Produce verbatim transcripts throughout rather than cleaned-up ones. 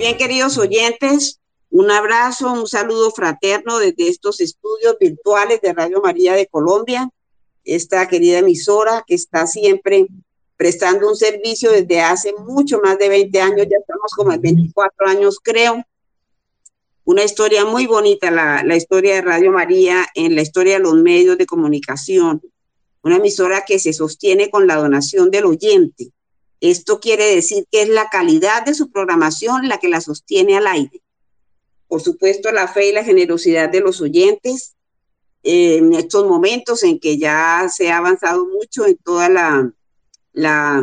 Bien, queridos oyentes, un abrazo, un saludo fraterno desde estos estudios virtuales de Radio María de Colombia, esta querida emisora que está siempre prestando un servicio desde hace mucho más de veinte años, ya estamos como en veinticuatro años, creo. Una historia muy bonita, la, la historia de Radio María en la historia de los medios de comunicación. Una emisora que se sostiene con la donación del oyente. Esto quiere decir que es la calidad de su programación la que la sostiene al aire. Por supuesto, la fe y la generosidad de los oyentes eh, en estos momentos en que ya se ha avanzado mucho en toda la, la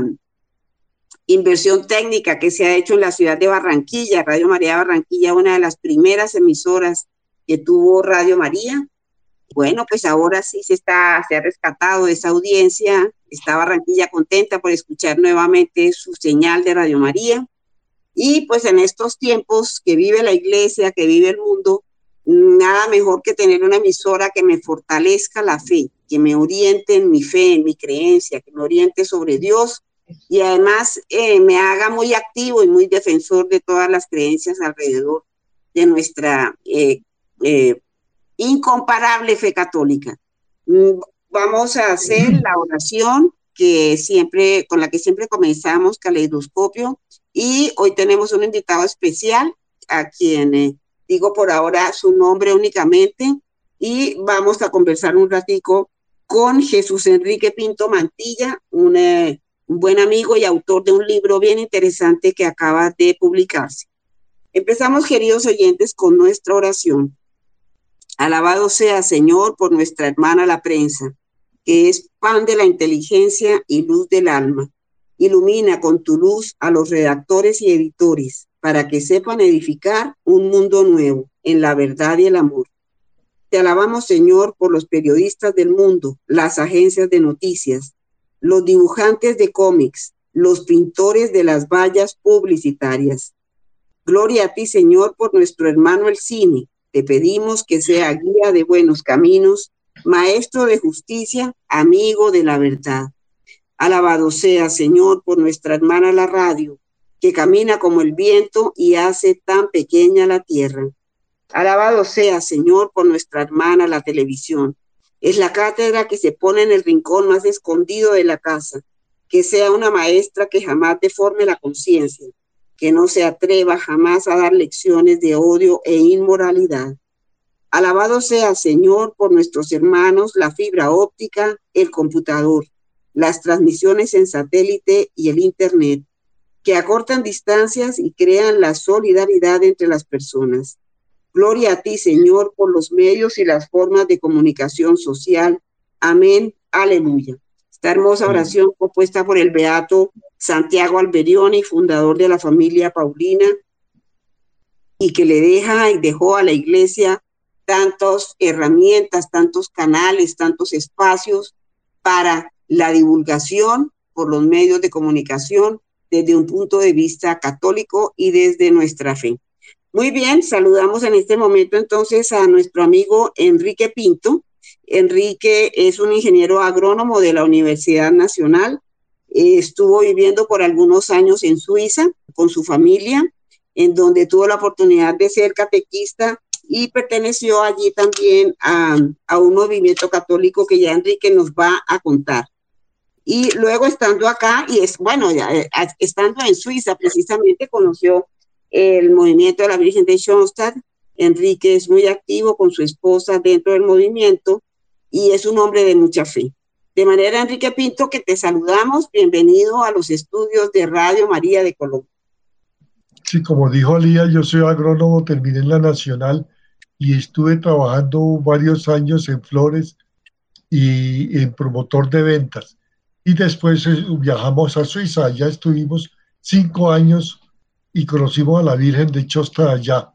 inversión técnica que se ha hecho en la ciudad de Barranquilla. Radio María de Barranquilla, una de las primeras emisoras que tuvo Radio María. Bueno, pues ahora sí se está, se ha rescatado esa audiencia. Está Barranquilla contenta por escuchar nuevamente su señal de Radio María. Y pues en estos tiempos que vive la iglesia, que vive el mundo, nada mejor que tener una emisora que me fortalezca la fe, que me oriente en mi fe, en mi creencia, que me oriente sobre Dios y además eh, me haga muy activo y muy defensor de todas las creencias alrededor de nuestra eh, eh, incomparable fe católica. Vamos a hacer la oración que siempre, con la que siempre comenzamos, Caleidoscopio, y hoy tenemos un invitado especial a quien eh, digo por ahora su nombre únicamente, y vamos a conversar un ratico con Jesús Enrique Pinto Mantilla, un, eh, un buen amigo y autor de un libro bien interesante que acaba de publicarse. Empezamos, queridos oyentes, con nuestra oración. Alabado sea, Señor, por nuestra hermana la prensa, que es pan de la inteligencia y luz del alma. Ilumina con tu luz a los redactores y editores para que sepan edificar un mundo nuevo en la verdad y el amor. Te alabamos, Señor, por los periodistas del mundo, las agencias de noticias, los dibujantes de cómics, los pintores de las vallas publicitarias. Gloria a ti, Señor, por nuestro hermano el cine. Te pedimos que sea guía de buenos caminos, maestro de justicia, amigo de la verdad. Alabado sea, Señor, por nuestra hermana la radio, que camina como el viento y hace tan pequeña la tierra. Alabado sea, Señor, por nuestra hermana la televisión. Es la cátedra que se pone en el rincón más escondido de la casa. Que sea una maestra que jamás deforme la conciencia, que no se atreva jamás a dar lecciones de odio e inmoralidad. Alabado sea, Señor, por nuestros hermanos, la fibra óptica, el computador, las transmisiones en satélite y el Internet, que acortan distancias y crean la solidaridad entre las personas. Gloria a ti, Señor, por los medios y las formas de comunicación social. Amén. Aleluya. Esta hermosa oración compuesta por el beato Santiago Alberioni, fundador de la familia Paulina, y que le deja y dejó a la iglesia tantas herramientas, tantos canales, tantos espacios para la divulgación por los medios de comunicación desde un punto de vista católico y desde nuestra fe. Muy bien, saludamos en este momento entonces a nuestro amigo Enrique Pinto. Enrique es un ingeniero agrónomo de la Universidad Nacional. Eh, estuvo viviendo por algunos años en Suiza con su familia, en donde tuvo la oportunidad de ser catequista y perteneció allí también a, a un movimiento católico que ya Enrique nos va a contar. Y luego estando acá, y es bueno, ya, estando en Suiza precisamente conoció el movimiento de la Virgen de Schoenstatt. Enrique es muy activo con su esposa dentro del movimiento y es un hombre de mucha fe. De manera, Enrique Pinto, que te saludamos. Bienvenido a los estudios de Radio María de Colombia. Sí, como dijo Alía, yo soy agrónomo, terminé en la Nacional y estuve trabajando varios años en Flores y en promotor de ventas. Y después viajamos a Suiza, allá estuvimos cinco años y conocimos a la Virgen de Schoenstatt allá.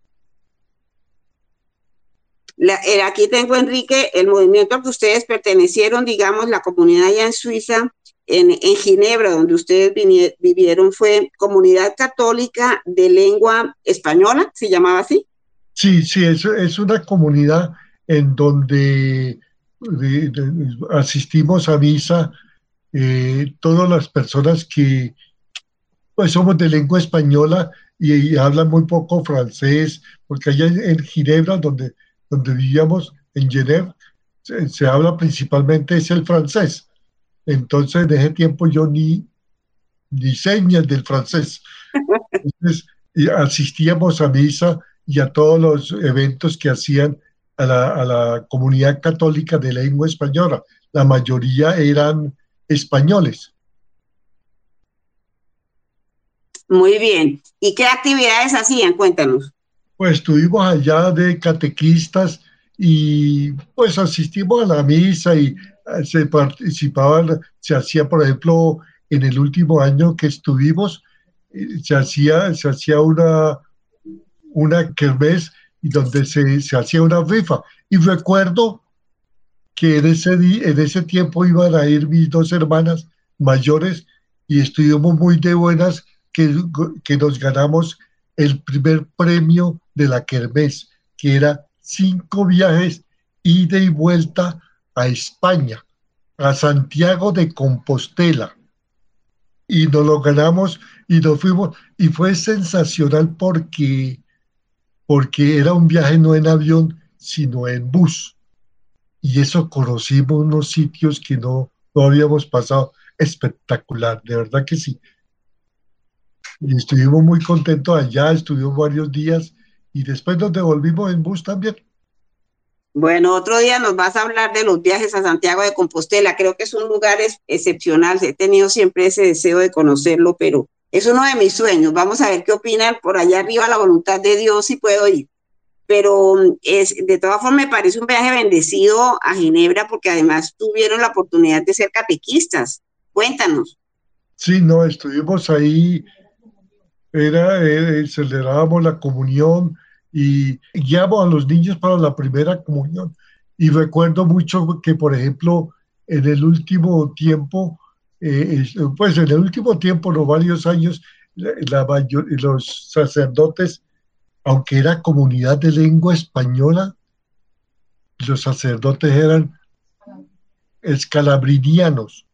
La, eh, aquí tengo, Enrique, el movimiento al que ustedes pertenecieron, digamos, la comunidad allá en Suiza, en, en Ginebra, donde ustedes vivieron, fue Comunidad Católica de Lengua Española, ¿se llamaba así? Sí, sí, es, es una comunidad en donde de, de, asistimos a misa eh, todas las personas que pues somos de lengua española y, y hablan muy poco francés, porque allá en, en Ginebra, donde, donde vivíamos, en Genève, se, se habla principalmente es el francés. Entonces, en ese tiempo yo ni, ni señas del francés. Entonces, y asistíamos a misa y a todos los eventos que hacían a la, a la comunidad católica de lengua española. La mayoría eran españoles. Muy bien. ¿Y qué actividades hacían? Cuéntanos. Pues estuvimos allá de catequistas y pues asistimos a la misa y eh, se participaban, se hacía, por ejemplo, en el último año que estuvimos, eh, se hacía, se hacía una, una kermés y donde se, se hacía una rifa. Y recuerdo que en ese, di- en ese tiempo iban a ir mis dos hermanas mayores y estuvimos muy de buenas que, que nos ganamos el primer premio de la Kermés, que era cinco viajes ida y vuelta a España, a Santiago de Compostela. Y nos lo ganamos y nos fuimos y fue sensacional porque, porque era un viaje no en avión, sino en bus y eso conocimos unos sitios que no, no habíamos pasado. Espectacular, de verdad que sí. Y estuvimos muy contentos allá, estuvimos varios días y después nos devolvimos en bus también. Bueno, otro día nos vas a hablar de los viajes a Santiago de Compostela. Creo que es un lugar ex- excepcional. He tenido siempre ese deseo de conocerlo, pero es uno de mis sueños. Vamos a ver qué opinan por allá arriba, la voluntad de Dios, si puedo ir. Pero mm, es, de todas formas me parece un viaje bendecido a Ginebra porque además tuvieron la oportunidad de ser catequistas. Cuéntanos. Sí, no, estuvimos ahí, era, eh, celebrábamos la comunión y guiamos a los niños para la primera comunión. Y recuerdo mucho que, por ejemplo, en el último tiempo, eh, es- pues en el último tiempo, los varios años, la, la mayor- los sacerdotes, aunque era comunidad de lengua española, los sacerdotes eran escalabrinianos,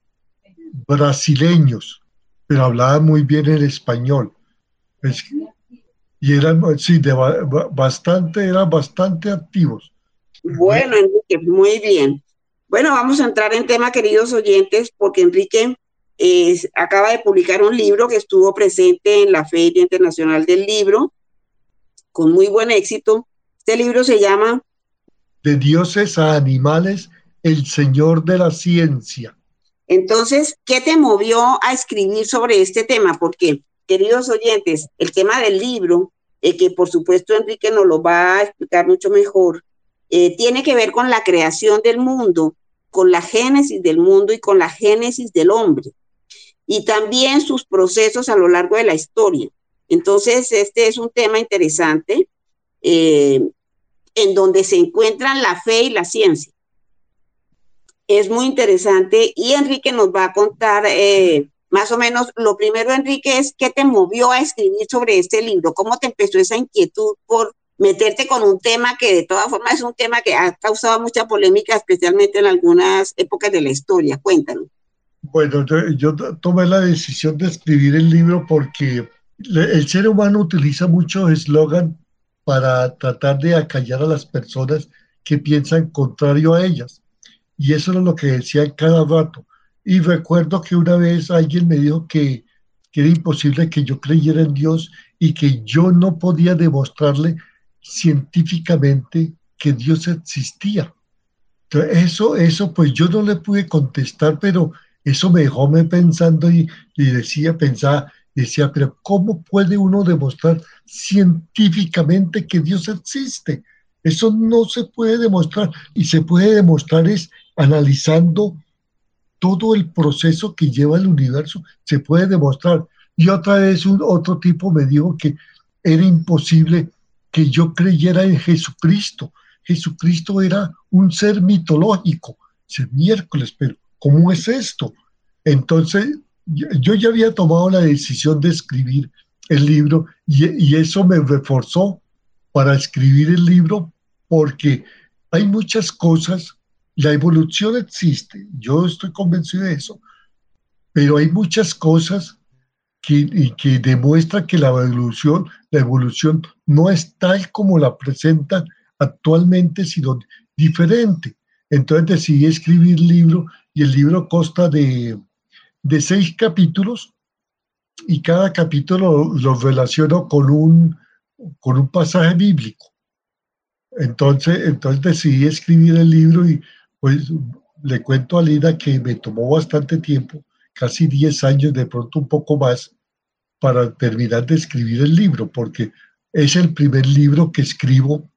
brasileños, pero hablaban muy bien el español. Es- y eran, sí, de, ba- ba- bastante, eran bastante activos. Re- Bueno, Enrique, muy bien. Bueno, vamos a entrar en tema, queridos oyentes, porque Enrique eh, acaba de publicar un libro que estuvo presente en la Feria Internacional del Libro con muy buen éxito. Este libro se llama, De dioses a animales, el señor de la ciencia. entonces, ¿qué te movió a escribir sobre este tema? Porque, queridos oyentes, el tema del libro, eh, que por supuesto Enrique nos lo va a explicar mucho mejor, eh, tiene que ver con la creación del mundo, con la génesis del mundo y con la génesis del hombre, y también sus procesos a lo largo de la historia. Entonces, este es un tema interesante eh, en donde se encuentran la fe y la ciencia. Es muy interesante y Enrique nos va a contar eh, más o menos, lo primero, Enrique, es qué te movió a escribir sobre este libro, cómo te empezó esa inquietud por meterte con un tema que de todas formas es un tema que ha causado mucha polémica, especialmente en algunas épocas de la historia. Cuéntanos. Bueno, yo, yo to- tomé la decisión de escribir el libro porque le- el ser humano utiliza muchos eslogan para tratar de acallar a las personas que piensan contrario a ellas. Y eso era lo que decían cada rato. Y recuerdo que una vez alguien me dijo que, que era imposible que yo creyera en Dios y que yo no podía demostrarle científicamente que Dios existía. Entonces, eso, eso, pues yo no le pude contestar, pero eso me dejó me pensando y, y decía, pensaba, decía, pero ¿cómo puede uno demostrar científicamente que Dios existe? Eso no se puede demostrar y se puede demostrar es analizando todo el proceso que lleva el universo, se puede demostrar. Y otra vez un, otro tipo me dijo que era imposible que yo creyera en Jesucristo. Jesucristo era un ser mitológico. Dice, miércoles, pero ¿cómo es esto? Entonces, yo, yo ya había tomado la decisión de escribir el libro y, y eso me reforzó para escribir el libro porque hay muchas cosas, la evolución existe, yo estoy convencido de eso, pero hay muchas cosas que, y que demuestra que la evolución, la evolución no es tal como la presenta actualmente, sino diferente. Entonces decidí escribir libro y el libro consta de, de seis capítulos y cada capítulo lo relaciono con un, con un pasaje bíblico. Entonces, entonces decidí escribir el libro y pues le cuento a Lina que me tomó bastante tiempo, casi diez años, de pronto un poco más, para terminar de escribir el libro, porque es el primer libro que escribo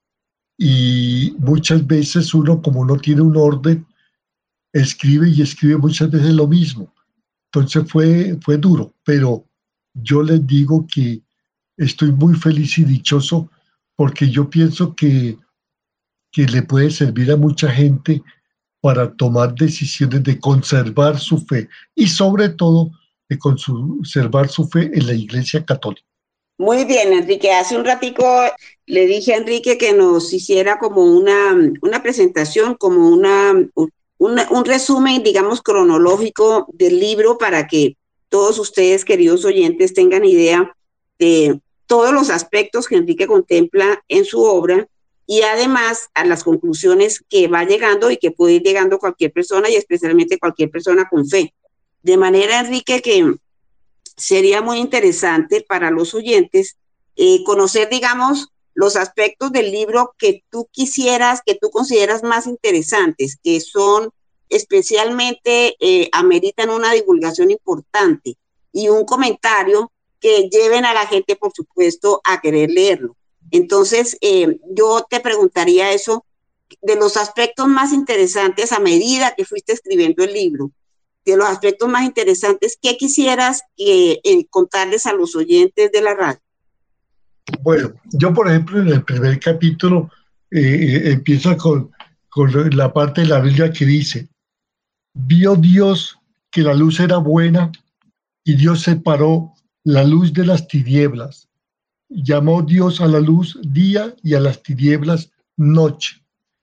y muchas veces uno, como no tiene un orden, escribe y escribe muchas veces lo mismo. Entonces fue, fue duro, pero yo les digo que estoy muy feliz y dichoso porque yo pienso que, que le puede servir a mucha gente para tomar decisiones de conservar su fe y sobre todo de conservar su fe en la Iglesia Católica. Muy bien, Enrique. Hace un ratico le dije a Enrique que nos hiciera como una, una presentación, como una, una, un resumen, digamos, cronológico del libro para que todos ustedes, queridos oyentes, tengan idea de todos los aspectos que Enrique contempla en su obra y además a las conclusiones que va llegando y que puede ir llegando cualquier persona y especialmente cualquier persona con fe. De manera, Enrique, que sería muy interesante para los oyentes eh, conocer, digamos, los aspectos del libro que tú quisieras, que tú consideras más interesantes, que son especialmente, eh, ameritan una divulgación importante y un comentario que lleven a la gente, por supuesto, a querer leerlo. Entonces, eh, yo te preguntaría eso, de los aspectos más interesantes a medida que fuiste escribiendo el libro, de los aspectos más interesantes, ¿qué quisieras eh, eh, contarles a los oyentes de la radio? Bueno, yo por ejemplo en el primer capítulo eh, eh, empieza con, con la parte de la Biblia que dice, vio Dios que la luz era buena y Dios separó la luz de las tinieblas. Llamó Dios a la luz día y a las tinieblas noche.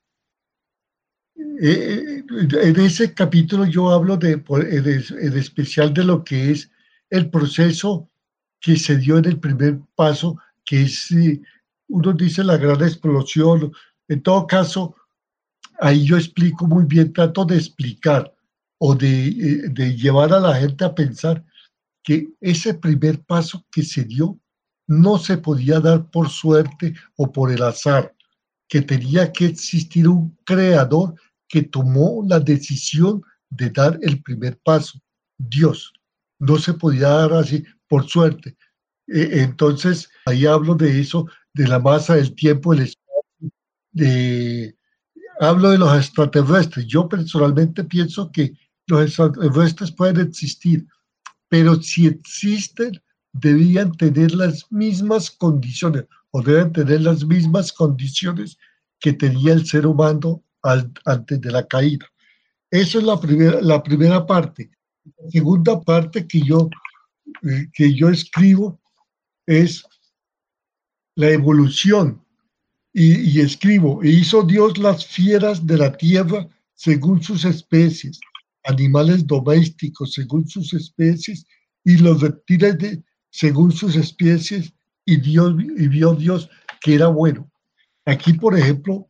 Eh, en ese capítulo yo hablo de, de, en especial de lo que es el proceso que se dio en el primer paso, que es, uno dice la gran explosión. En todo caso, ahí yo explico muy bien, trato de explicar o de, de llevar a la gente a pensar que ese primer paso que se dio no se podía dar por suerte o por el azar, que tenía que existir un creador que tomó la decisión de dar el primer paso, Dios. No se podía dar así por suerte. Eh, entonces, ahí hablo de eso, de la masa, del tiempo, el espacio, de, hablo de los extraterrestres. Yo personalmente pienso que los extraterrestres pueden existir, pero si existen, debían tener las mismas condiciones o deben tener las mismas condiciones que tenía el ser humano al, antes de la caída. Eso es la primera, la primera parte. La segunda parte que yo, eh, que yo escribo es la evolución y, y escribo, e hizo Dios las fieras de la tierra según sus especies, animales domésticos según sus especies y los reptiles de, según sus especies, y, Dios, y vio Dios que era bueno. Aquí, por ejemplo,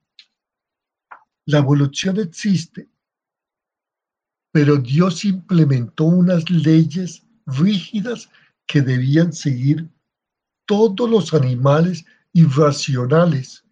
la evolución existe, pero Dios implementó unas leyes rígidas que debían seguir todos los animales irracionales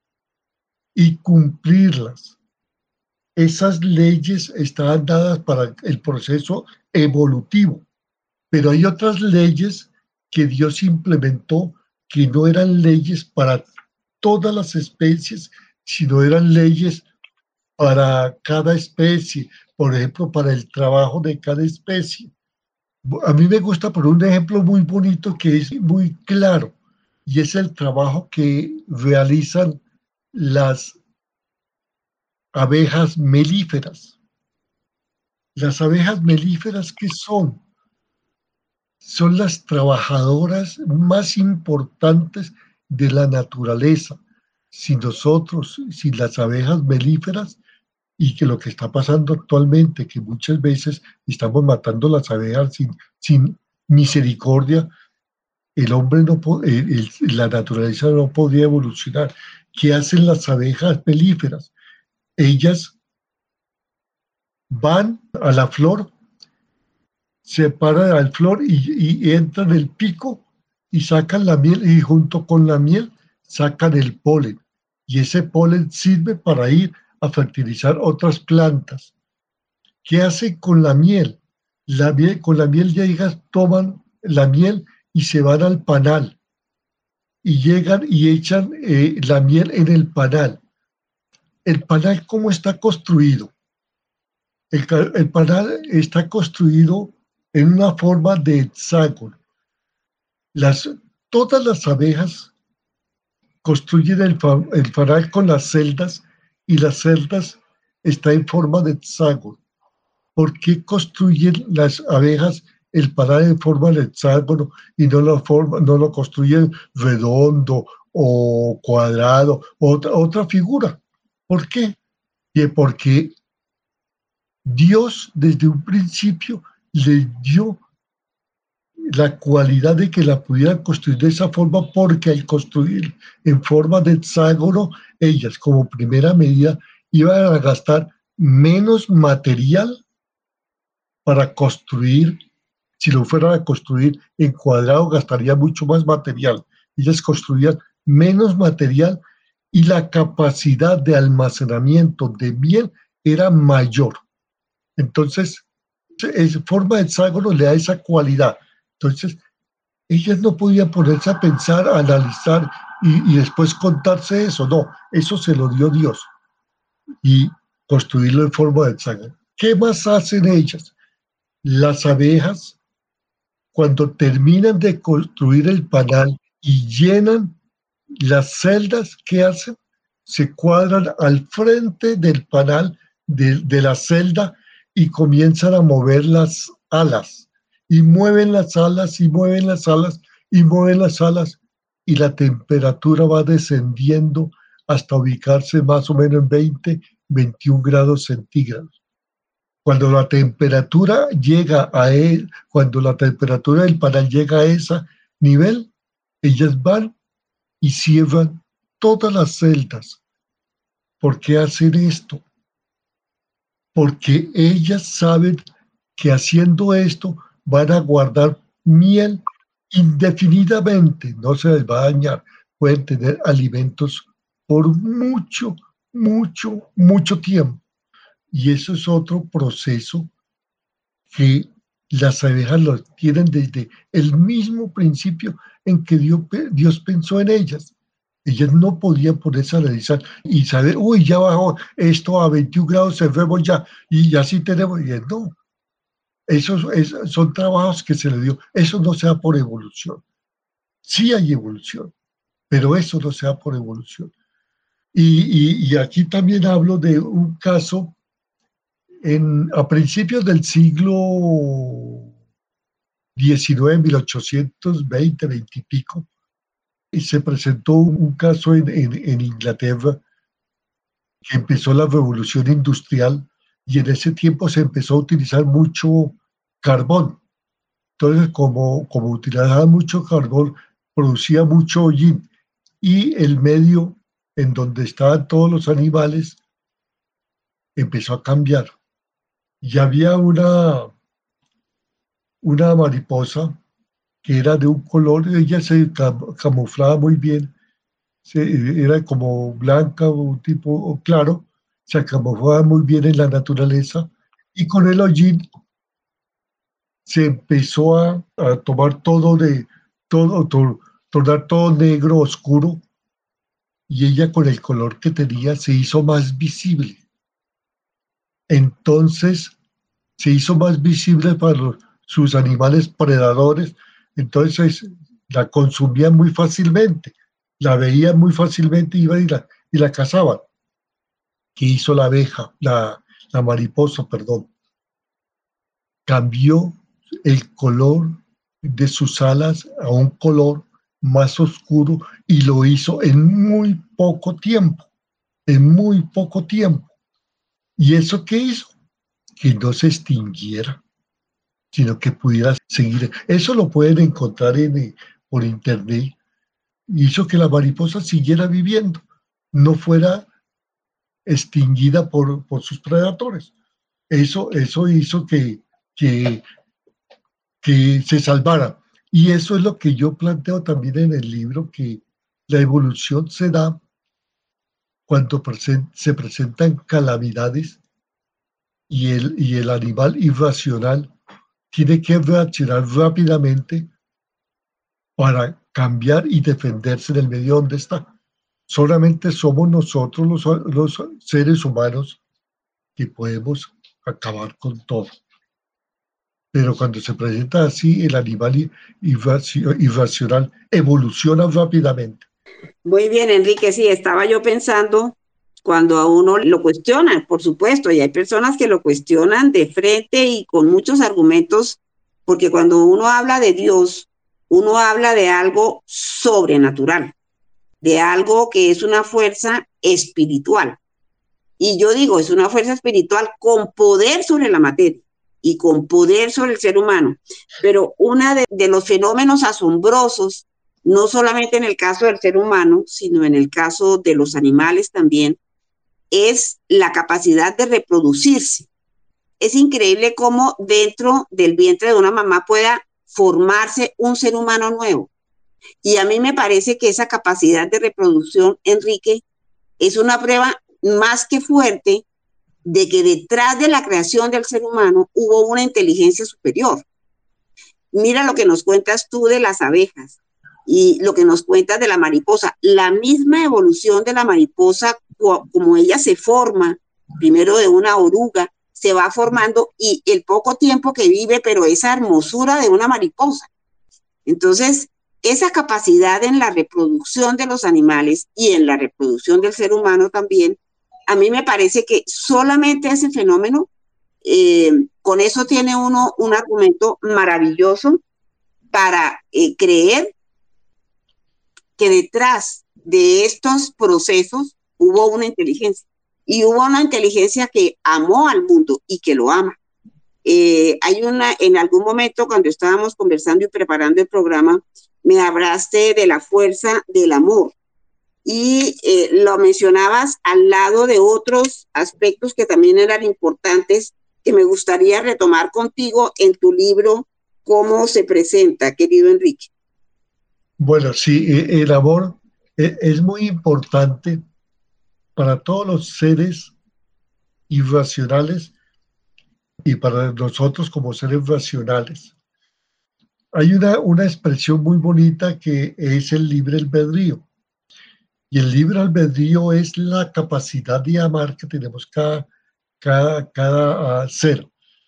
y cumplirlas. Esas leyes estaban dadas para el proceso evolutivo, pero hay otras leyes que Dios implementó que no eran leyes para todas las especies, sino eran leyes para cada especie, por ejemplo, para el trabajo de cada especie. A mí me gusta por un ejemplo muy bonito que es muy claro, y es el trabajo que realizan las abejas melíferas. Las abejas melíferas, ¿qué son? Son las trabajadoras más importantes de la naturaleza. Si nosotros, si las abejas melíferas, y que lo que está pasando actualmente, que muchas veces estamos matando las abejas sin, sin misericordia, el hombre no el, el, la naturaleza no podía evolucionar. ¿Qué hacen las abejas melíferas? Ellas van a la flor, se paran al flor y, y entran el pico y sacan la miel, y junto con la miel sacan el polen. Y ese polen sirve para ir a fertilizar otras plantas. ¿Qué hacen con la miel? La miel con la miel ya ellas toman la miel y se van al panal. Y llegan y echan eh, la miel en el panal. ¿El panal cómo está construido? El, el panal está construido en una forma de hexágono. Las, todas las abejas construyen el, el panal con las celdas y las celdas están en forma de hexágono. ¿Por qué construyen las abejas el panal en forma de hexágono y no lo, forma, no lo construyen redondo o cuadrado o otra, otra figura? ¿Por qué? Porque Dios desde un principio les dio la cualidad de que la pudieran construir de esa forma, porque al construir en forma de hexágono, ellas como primera medida iban a gastar menos material para construir. Si lo fueran a construir en cuadrado, gastaría mucho más material. Ellas construían menos material y la capacidad de almacenamiento de miel era mayor. Entonces, en forma de hexágono le da esa cualidad. Entonces, ellas no podían ponerse a pensar, a analizar y, y después contarse eso. No, eso se lo dio Dios. Y construirlo en forma de hexágono. ¿Qué más hacen ellas? Las abejas, cuando terminan de construir el panal y llenan las celdas, ¿qué hacen? Se cuadran al frente del panal de, de la celda y comienzan a mover las alas. Y mueven las alas y mueven las alas y mueven las alas y la temperatura va descendiendo hasta ubicarse más o menos en veinte, veintiún grados centígrados. Cuando la temperatura llega a él, cuando la temperatura del panal llega a ese nivel, ellas van y cierran todas las celdas. ¿Por qué hacen esto? Porque ellas saben que haciendo esto van a guardar miel indefinidamente, no se les va a dañar, pueden tener alimentos por mucho, mucho, mucho tiempo. Y eso es otro proceso que las abejas lo tienen desde el mismo principio en que Dios, Dios pensó en ellas. Ellas no podían ponerse a analizar y saber, uy, ya bajó esto a veintiún grados, cerremos ya, y ya sí tenemos. Y no, esos, esos son trabajos que se le dio. Eso no se da por evolución. Sí hay evolución, pero eso no se da por evolución. Y, y, y aquí también hablo de un caso en, a principios del siglo diecinueve, mil ochocientos veinte, veinte y pico, y se presentó un caso en, en, en Inglaterra, que empezó la revolución industrial y en ese tiempo se empezó a utilizar mucho carbón. Entonces, como, como utilizaba mucho carbón, producía mucho hollín y el medio en donde estaban todos los animales empezó a cambiar. Y había una, una mariposa que era de un color, ella se camuflaba muy bien, se, era como blanca o tipo claro, se camuflaba muy bien en la naturaleza y con el hollín se empezó a, a tomar todo de, todo, to, tornar todo negro, oscuro, y ella con el color que tenía se hizo más visible. Entonces se hizo más visible para los, sus animales predadores, entonces la consumían muy fácilmente, la veían muy fácilmente, iban y la, y la cazaban. ¿Qué hizo la abeja, la, la mariposa, perdón? Cambió el color de sus alas a un color más oscuro y lo hizo en muy poco tiempo, en muy poco tiempo. ¿Y eso qué hizo? Que no se extinguiera. sino que pudiera seguir. Eso lo pueden encontrar en, por internet. Hizo que la mariposa siguiera viviendo, no fuera extinguida por, por sus predadores. Eso, eso hizo que, que, que se salvara. Y eso es lo que yo planteo también en el libro, que la evolución se da cuando presen, se presentan calamidades y el, y el animal irracional tiene que reaccionar rápidamente para cambiar y defenderse en el medio donde está. Solamente somos nosotros los, los seres humanos que podemos acabar con todo. Pero cuando se presenta así, el animal irracional evoluciona rápidamente. Muy bien, Enrique, sí, estaba yo pensando cuando a uno lo cuestionan, por supuesto, y hay personas que lo cuestionan de frente y con muchos argumentos, porque cuando uno habla de Dios, uno habla de algo sobrenatural, de algo que es una fuerza espiritual. Y yo digo, es una fuerza espiritual con poder sobre la materia y con poder sobre el ser humano. Pero uno de, de los fenómenos asombrosos, no solamente en el caso del ser humano, sino en el caso de los animales también, es la capacidad de reproducirse. Es increíble cómo dentro del vientre de una mamá pueda formarse un ser humano nuevo. Y a mí me parece que esa capacidad de reproducción, Enrique, es una prueba más que fuerte de que detrás de la creación del ser humano hubo una inteligencia superior. Mira lo que nos cuentas tú de las abejas y lo que nos cuentas de la mariposa. La misma evolución de la mariposa, como ella se forma, primero de una oruga, se va formando y el poco tiempo que vive, pero esa hermosura de una mariposa. Entonces, esa capacidad en la reproducción de los animales y en la reproducción del ser humano también, a mí me parece que solamente ese fenómeno, eh, con eso tiene uno un argumento maravilloso para eh, creer que detrás de estos procesos hubo una inteligencia. Y hubo una inteligencia que amó al mundo y que lo ama. Eh, hay una, en algún momento cuando estábamos conversando y preparando el programa, me hablaste de la fuerza del amor. Y eh, lo mencionabas al lado de otros aspectos que también eran importantes, que me gustaría retomar contigo en tu libro, ¿Cómo se presenta, querido Enrique? Bueno, sí, el amor es muy importante para todos los seres irracionales y para nosotros como seres racionales. Hay una, una expresión muy bonita que es el libre albedrío. Y el libre albedrío es la capacidad de amar que tenemos cada, cada, cada uh, ser.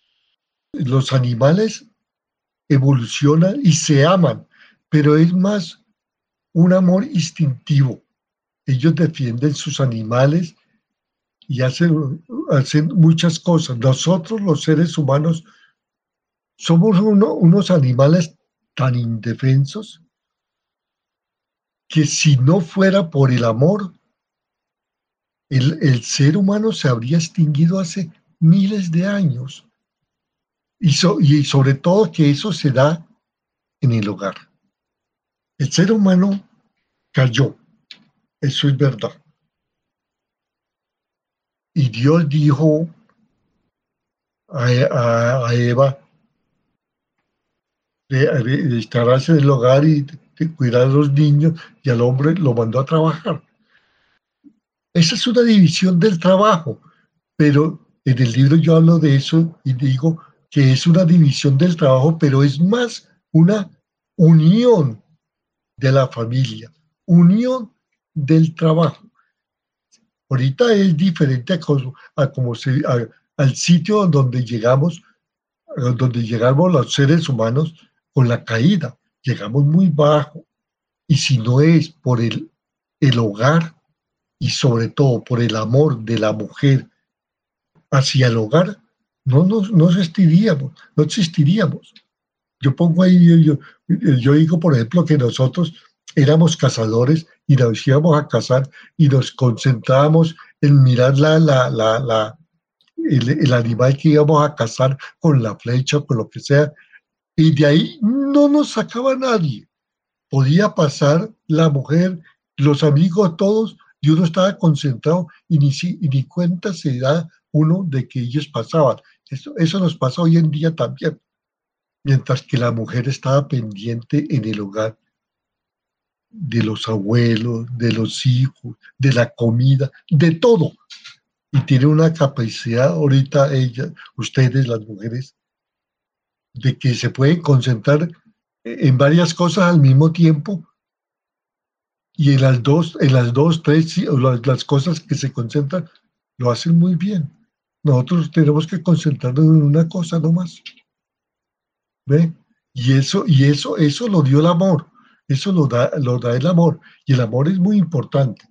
Los animales evolucionan y se aman, pero es más un amor instintivo. Ellos defienden sus animales y hacen, hacen muchas cosas. Nosotros, los seres humanos, somos uno, unos animales tan indefensos que si no fuera por el amor, el, el ser humano se habría extinguido hace miles de años. Y, so, y sobre todo que eso se da en el hogar. El ser humano cayó, eso es verdad. Y Dios dijo a, a, a Eva, de, de estarás en el hogar y de, de cuidar a los niños, y al hombre lo mandó a trabajar. Esa es una división del trabajo, pero en el libro yo hablo de eso y digo que es una división del trabajo, pero es más una unión de la familia, unión del trabajo. Ahorita es diferente a como, a como se, a, al sitio donde llegamos, donde llegamos los seres humanos con la caída. Llegamos muy bajo. Y si no es por el, el hogar y sobre todo por el amor de la mujer hacia el hogar, no nos no existiríamos, no existiríamos. Yo pongo ahí, yo, yo, yo digo, por ejemplo, que nosotros éramos cazadores y nos íbamos a cazar y nos concentrábamos en mirar la, la, la, la, el, el animal que íbamos a cazar con la flecha, con lo que sea, y de ahí no nos sacaba nadie. Podía pasar la mujer, los amigos, todos, y uno estaba concentrado y ni, y ni cuenta se da uno de que ellos pasaban. Eso, eso nos pasa hoy en día también. Mientras que la mujer estaba pendiente en el hogar de los abuelos, de los hijos, de la comida, de todo. Y tiene una capacidad ahorita ellas, ustedes, las mujeres, de que se pueden concentrar en varias cosas al mismo tiempo, y en las dos, en las dos, tres, las, las cosas que se concentran, lo hacen muy bien. Nosotros tenemos que concentrarnos en una cosa nomás. ¿Ve? Y eso, y eso, eso lo dio el amor. Eso lo da, lo da el amor. Y el amor es muy importante.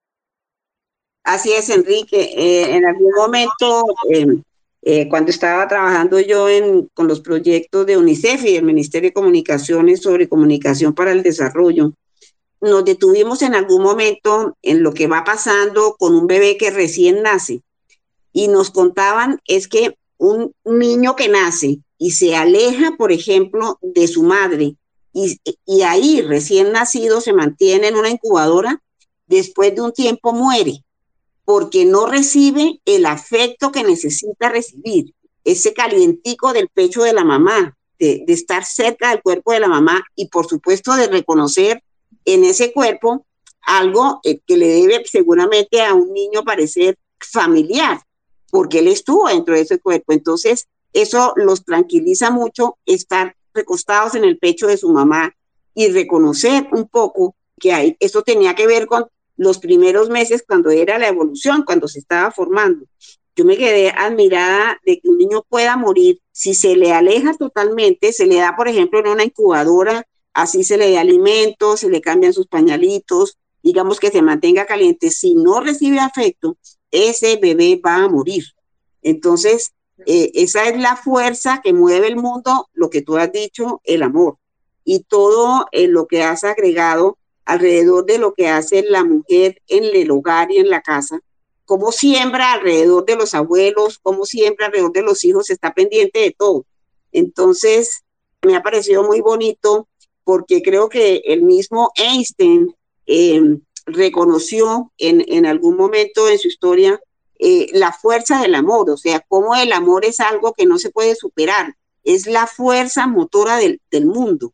Así es, Enrique. Eh, en algún momento, eh, eh, cuando estaba trabajando yo en, con los proyectos de UNICEF y del Ministerio de Comunicaciones sobre comunicación para el desarrollo, nos detuvimos en algún momento en lo que va pasando con un bebé que recién nace. Y nos contaban es que un niño que nace y se aleja, por ejemplo, de su madre, y, y ahí recién nacido se mantiene en una incubadora, después de un tiempo muere, porque no recibe el afecto que necesita recibir, ese calientico del pecho de la mamá, de, de estar cerca del cuerpo de la mamá y por supuesto de reconocer en ese cuerpo algo eh, que le debe seguramente a un niño parecer familiar, porque él estuvo dentro de ese cuerpo. Entonces eso los tranquiliza mucho, estar recostados en el pecho de su mamá y reconocer un poco que hay, eso tenía que ver con los primeros meses cuando era la evolución, cuando se estaba formando. Yo me quedé admirada de que un niño pueda morir si se le aleja totalmente, se le da, por ejemplo, en una incubadora, así se le da alimentos, se le cambian sus pañalitos, digamos que se mantenga caliente. Si no recibe afecto, ese bebé va a morir. Entonces, eh, esa es la fuerza que mueve el mundo, lo que tú has dicho, el amor. Y todo eh, lo que has agregado alrededor de lo que hace la mujer en el hogar y en la casa, cómo siembra alrededor de los abuelos, cómo siembra alrededor de los hijos, está pendiente de todo. Entonces, me ha parecido muy bonito porque creo que el mismo Einstein eh, reconoció en, en algún momento en su historia eh, la fuerza del amor, o sea, cómo el amor es algo que no se puede superar, es la fuerza motora del, del mundo.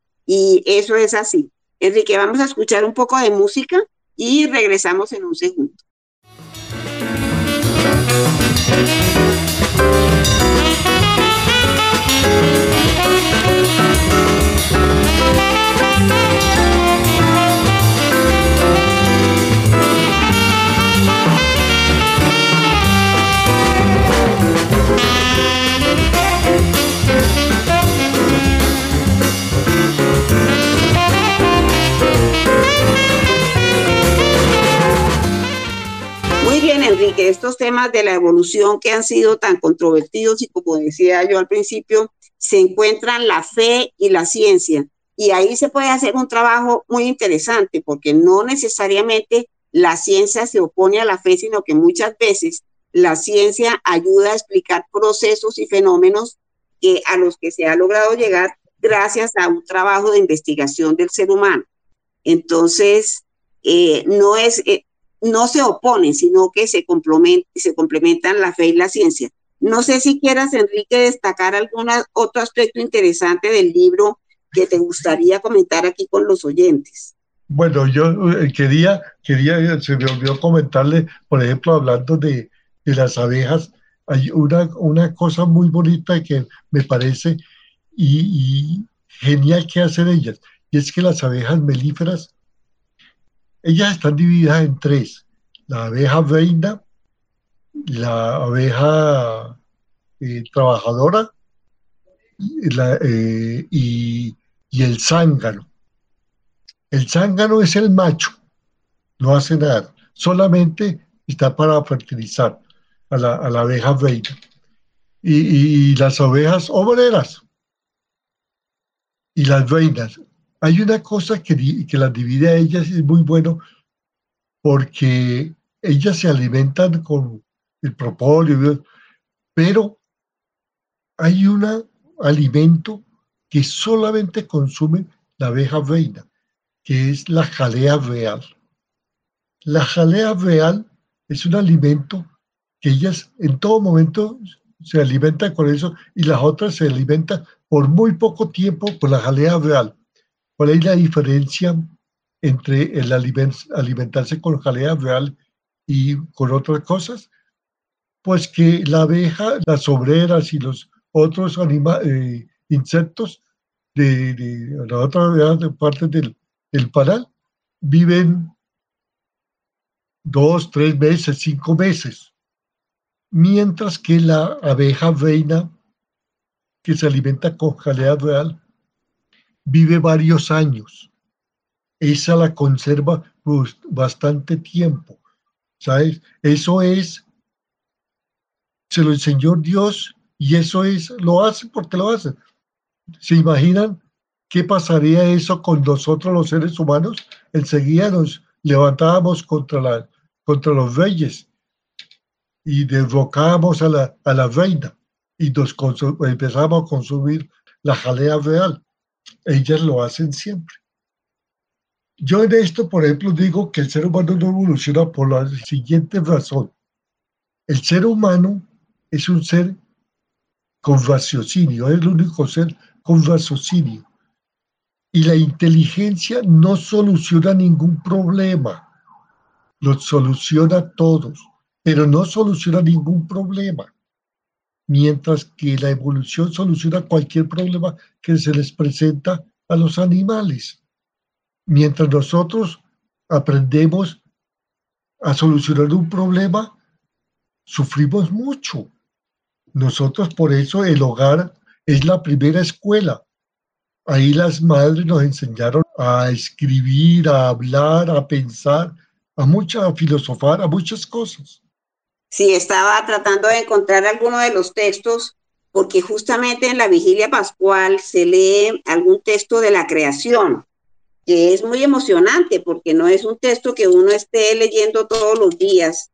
Y eso es así. Enrique, vamos a escuchar un poco de música y regresamos en un segundo. Muy bien, Enrique, estos temas de la evolución que han sido tan controvertidos y como decía yo al principio, se encuentran la fe y la ciencia. Y ahí se puede hacer un trabajo muy interesante porque no necesariamente la ciencia se opone a la fe, sino que muchas veces la ciencia ayuda a explicar procesos y fenómenos que, a los que se ha logrado llegar gracias a un trabajo de investigación del ser humano. Entonces, eh, no es... Eh, no se oponen, sino que se complementan, se complementan la fe y la ciencia. No sé si quieras, Enrique, destacar algún otro aspecto interesante del libro que te gustaría comentar aquí con los oyentes. Bueno, yo eh, quería, quería, se me olvidó comentarle, por ejemplo, hablando de, de las abejas, hay una, una cosa muy bonita que me parece y, y genial que hacen ellas, y es que las abejas melíferas, ellas están divididas en tres: la abeja reina, la abeja eh, trabajadora la, eh, y, y el zángano. El zángano es el macho, no hace nada, solamente está para fertilizar a la, a la abeja reina. Y, y las abejas obreras y las reinas. Hay una cosa que, que las divide a ellas y es muy bueno porque ellas se alimentan con el propóleo, Pero hay un alimento que solamente consume la abeja reina, que es la jalea real. La jalea real es un alimento que ellas en todo momento se alimentan con eso y las otras se alimentan por muy poco tiempo con la jalea real. ¿Cuál es la diferencia entre el aliment alimentarse con jalea real y con otras cosas? Pues que la abeja, las obreras y los otros anima eh, insectos de, de la otra de parte del, del panal viven dos, tres meses, cinco meses, mientras que la abeja reina, que se alimenta con jalea real, vive varios años. Esa la conserva pues, bastante tiempo, ¿sabes? Eso es, se lo enseñó Dios y eso es, lo hace porque lo hace. ¿Se imaginan qué pasaría eso con nosotros los seres humanos? Enseguida nos levantábamos contra, la, contra los reyes y derrocábamos a la, a la reina y nos empezamos a consumir la jalea real. Ellas lo hacen siempre. Yo en esto, por ejemplo, digo que el ser humano no evoluciona por la siguiente razón. El ser humano es un ser con raciocinio, es el único ser con raciocinio. Y la inteligencia no soluciona ningún problema, los soluciona todos, pero no soluciona ningún problema. Mientras que la evolución soluciona cualquier problema que se les presenta a los animales. Mientras nosotros aprendemos a solucionar un problema, sufrimos mucho. Nosotros por eso el hogar es la primera escuela. Ahí las madres nos enseñaron a escribir, a hablar, a pensar, a mucha, a filosofar, a muchas cosas. Sí, estaba tratando de encontrar alguno de los textos, porque justamente en la vigilia pascual se lee algún texto de la creación, que es muy emocionante, porque no es un texto que uno esté leyendo todos los días.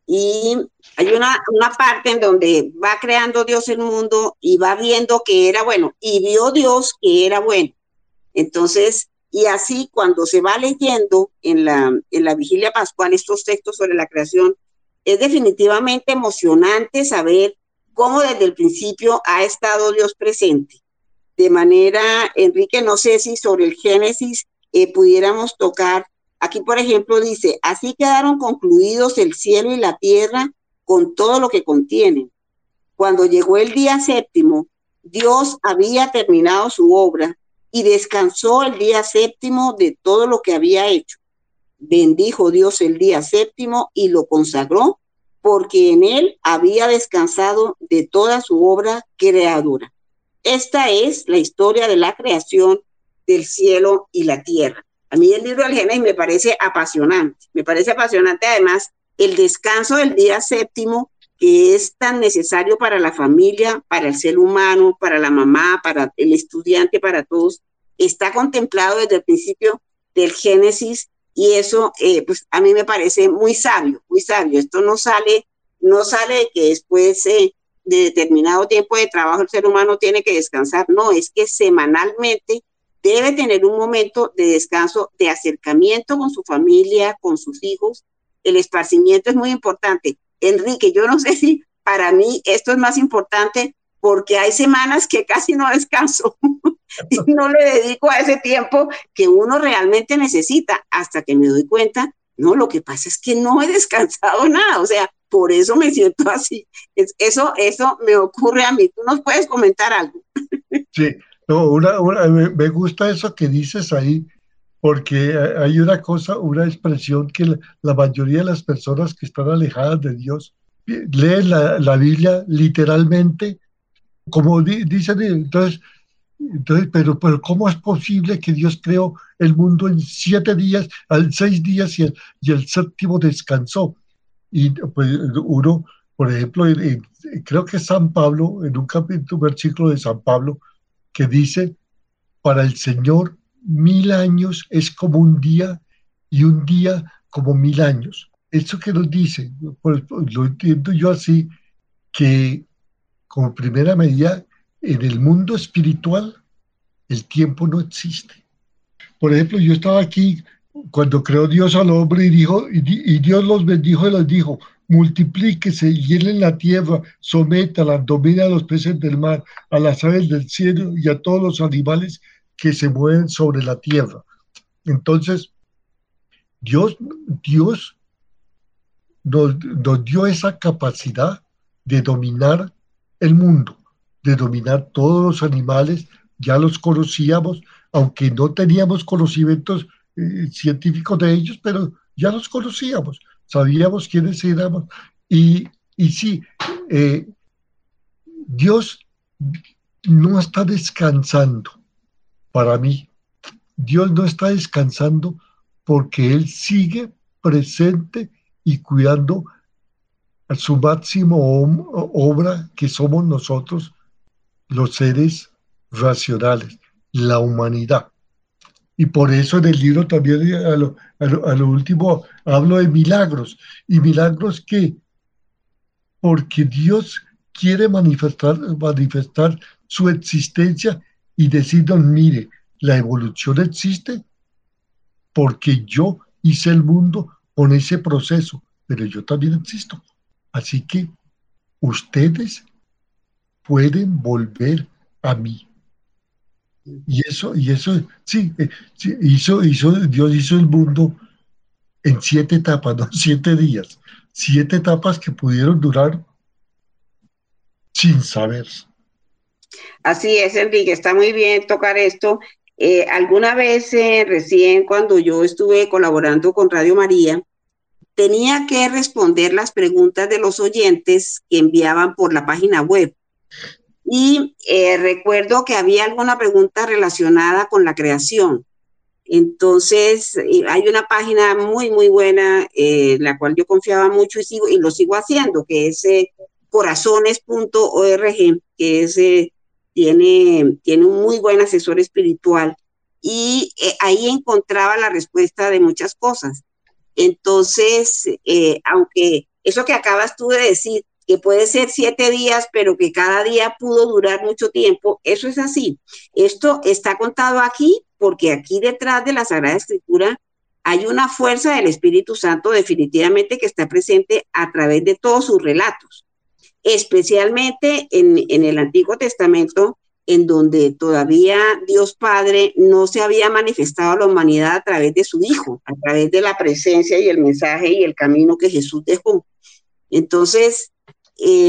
Y hay una, una parte en donde va creando Dios el mundo y va viendo que era bueno, y vio Dios que era bueno. Entonces, y así cuando se va leyendo en la, en la vigilia pascual estos textos sobre la creación, es definitivamente emocionante saber cómo desde el principio ha estado Dios presente. De manera, Enrique, no sé si sobre el Génesis eh, pudiéramos tocar. Aquí, por ejemplo, dice, así quedaron concluidos el cielo y la tierra con todo lo que contienen. Cuando llegó el día séptimo, Dios había terminado su obra y descansó el día séptimo de todo lo que había hecho. Bendijo Dios el día séptimo y lo consagró, porque en él había descansado de toda su obra creadora. Esta es la historia de la creación del cielo y la tierra. A mí el libro del Génesis me parece apasionante. Me parece apasionante además el descanso del día séptimo, que es tan necesario para la familia, para el ser humano, para la mamá, para el estudiante, para todos. Está contemplado desde el principio del Génesis y eso eh, pues a mí me parece muy sabio, muy sabio. Esto no sale, no sale de que después eh, de determinado tiempo de trabajo el ser humano tiene que descansar. No, es que semanalmente debe tener un momento de descanso, de acercamiento con su familia, con sus hijos. El esparcimiento es muy importante. Enrique, yo no sé si para mí esto es más importante porque hay semanas que casi no descanso y no le dedico a ese tiempo que uno realmente necesita hasta que me doy cuenta, no, lo que pasa es que no he descansado nada, o sea, por eso me siento así. Es, eso, eso me ocurre a mí. ¿Tú nos puedes comentar algo? Sí, no, una, una, me, me gusta eso que dices ahí, porque hay una cosa, una expresión que la, la mayoría de las personas que están alejadas de Dios eh, leen la, la Biblia literalmente, como di, dicen, entonces, entonces pero, pero ¿cómo es posible que Dios creó el mundo en siete días, al seis días y el, y el séptimo descansó? Y pues uno, por ejemplo, en, en, creo que San Pablo, en un capítulo, versículo de San Pablo, que dice, para el Señor mil años es como un día y un día como mil años. Eso que nos dice, pues, lo entiendo yo así, que como primera medida, en el mundo espiritual, el tiempo no existe. Por ejemplo, yo estaba aquí cuando creó Dios al hombre y dijo, y, y Dios los bendijo y les dijo, multiplíquese, llenen la tierra, sométala, domine a los peces del mar, a las aves del cielo y a todos los animales que se mueven sobre la tierra. Entonces, Dios, Dios nos, nos dio esa capacidad de dominar el mundo, de dominar todos los animales, ya los conocíamos, aunque no teníamos conocimientos eh, científicos de ellos, pero ya los conocíamos, sabíamos quiénes éramos. Y, y sí, eh, Dios no está descansando para mí. Dios no está descansando porque Él sigue presente y cuidando a su máximo obra, que somos nosotros, los seres racionales, la humanidad. Y por eso en el libro también a lo, a lo, a lo último hablo de milagros. ¿Y milagros qué? Porque Dios quiere manifestar, manifestar su existencia y decirnos, mire, la evolución existe porque yo hice el mundo con ese proceso, pero yo también existo. Así que ustedes pueden volver a mí. Y eso, y eso, sí, eh, sí, hizo, hizo, Dios hizo el mundo en siete etapas, no siete días, siete etapas que pudieron durar sin saber. Así es, Enrique, está muy bien tocar esto. Eh, alguna vez, eh, recién cuando yo estuve colaborando con Radio María, tenía que responder las preguntas de los oyentes que enviaban por la página web. Y eh, recuerdo que había alguna pregunta relacionada con la creación. Entonces, eh, hay una página muy, muy buena, eh, la cual yo confiaba mucho y, sigo, y lo sigo haciendo, que es eh, corazones punto org, que es, eh, tiene, tiene un muy buen asesor espiritual. Y eh, ahí encontraba la respuesta de muchas cosas. Entonces, eh, aunque eso que acabas tú de decir, que puede ser siete días, pero que cada día pudo durar mucho tiempo, eso es así. Esto está contado aquí porque aquí detrás de la Sagrada Escritura hay una fuerza del Espíritu Santo definitivamente que está presente a través de todos sus relatos, especialmente en, en el Antiguo Testamento, en donde todavía Dios Padre no se había manifestado a la humanidad a través de su Hijo, a través de la presencia y el mensaje y el camino que Jesús dejó. Entonces, eh,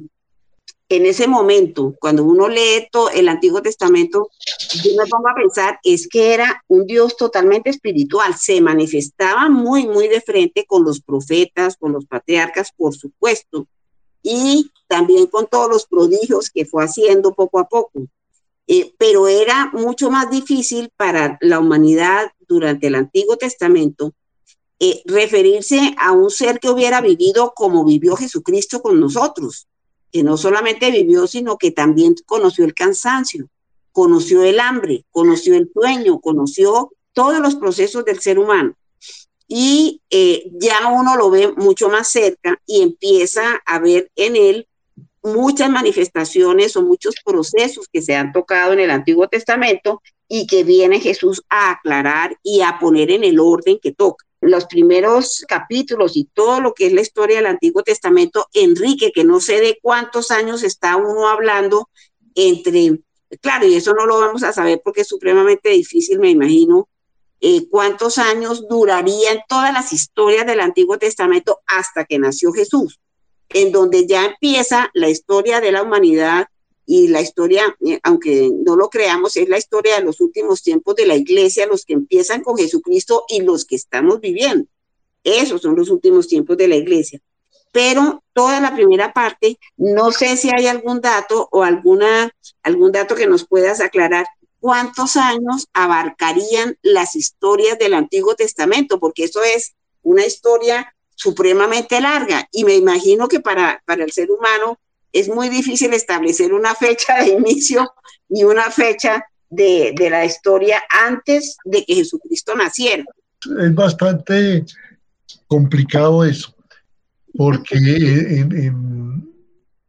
en ese momento, cuando uno lee todo el Antiguo Testamento, yo me pongo a pensar, es que era un Dios totalmente espiritual, se manifestaba muy, muy de frente con los profetas, con los patriarcas, por supuesto, y también con todos los prodigios que fue haciendo poco a poco. Eh, pero era mucho más difícil para la humanidad durante el Antiguo Testamento eh, referirse a un ser que hubiera vivido como vivió Jesucristo con nosotros, que no solamente vivió, sino que también conoció el cansancio, conoció el hambre, conoció el sueño, conoció todos los procesos del ser humano. Y eh, ya uno lo ve mucho más cerca y empieza a ver en él muchas manifestaciones o muchos procesos que se han tocado en el Antiguo Testamento y que viene Jesús a aclarar y a poner en el orden que toca. Los primeros capítulos y todo lo que es la historia del Antiguo Testamento, Enrique, que no sé de cuántos años está uno hablando entre, claro, y eso no lo vamos a saber porque es supremamente difícil, me imagino, eh, cuántos años durarían todas las historias del Antiguo Testamento hasta que nació Jesús, en donde ya empieza la historia de la humanidad y la historia, aunque no lo creamos, es la historia de los últimos tiempos de la iglesia, los que empiezan con Jesucristo y los que estamos viviendo. Esos son los últimos tiempos de la iglesia. Pero toda la primera parte, no sé si hay algún dato o alguna, algún dato que nos puedas aclarar. ¿Cuántos años abarcarían las historias del Antiguo Testamento? Porque eso es una historia supremamente larga y me imagino que para, para el ser humano es muy difícil establecer una fecha de inicio y una fecha de, de la historia antes de que Jesucristo naciera. Es bastante complicado eso, porque en, en,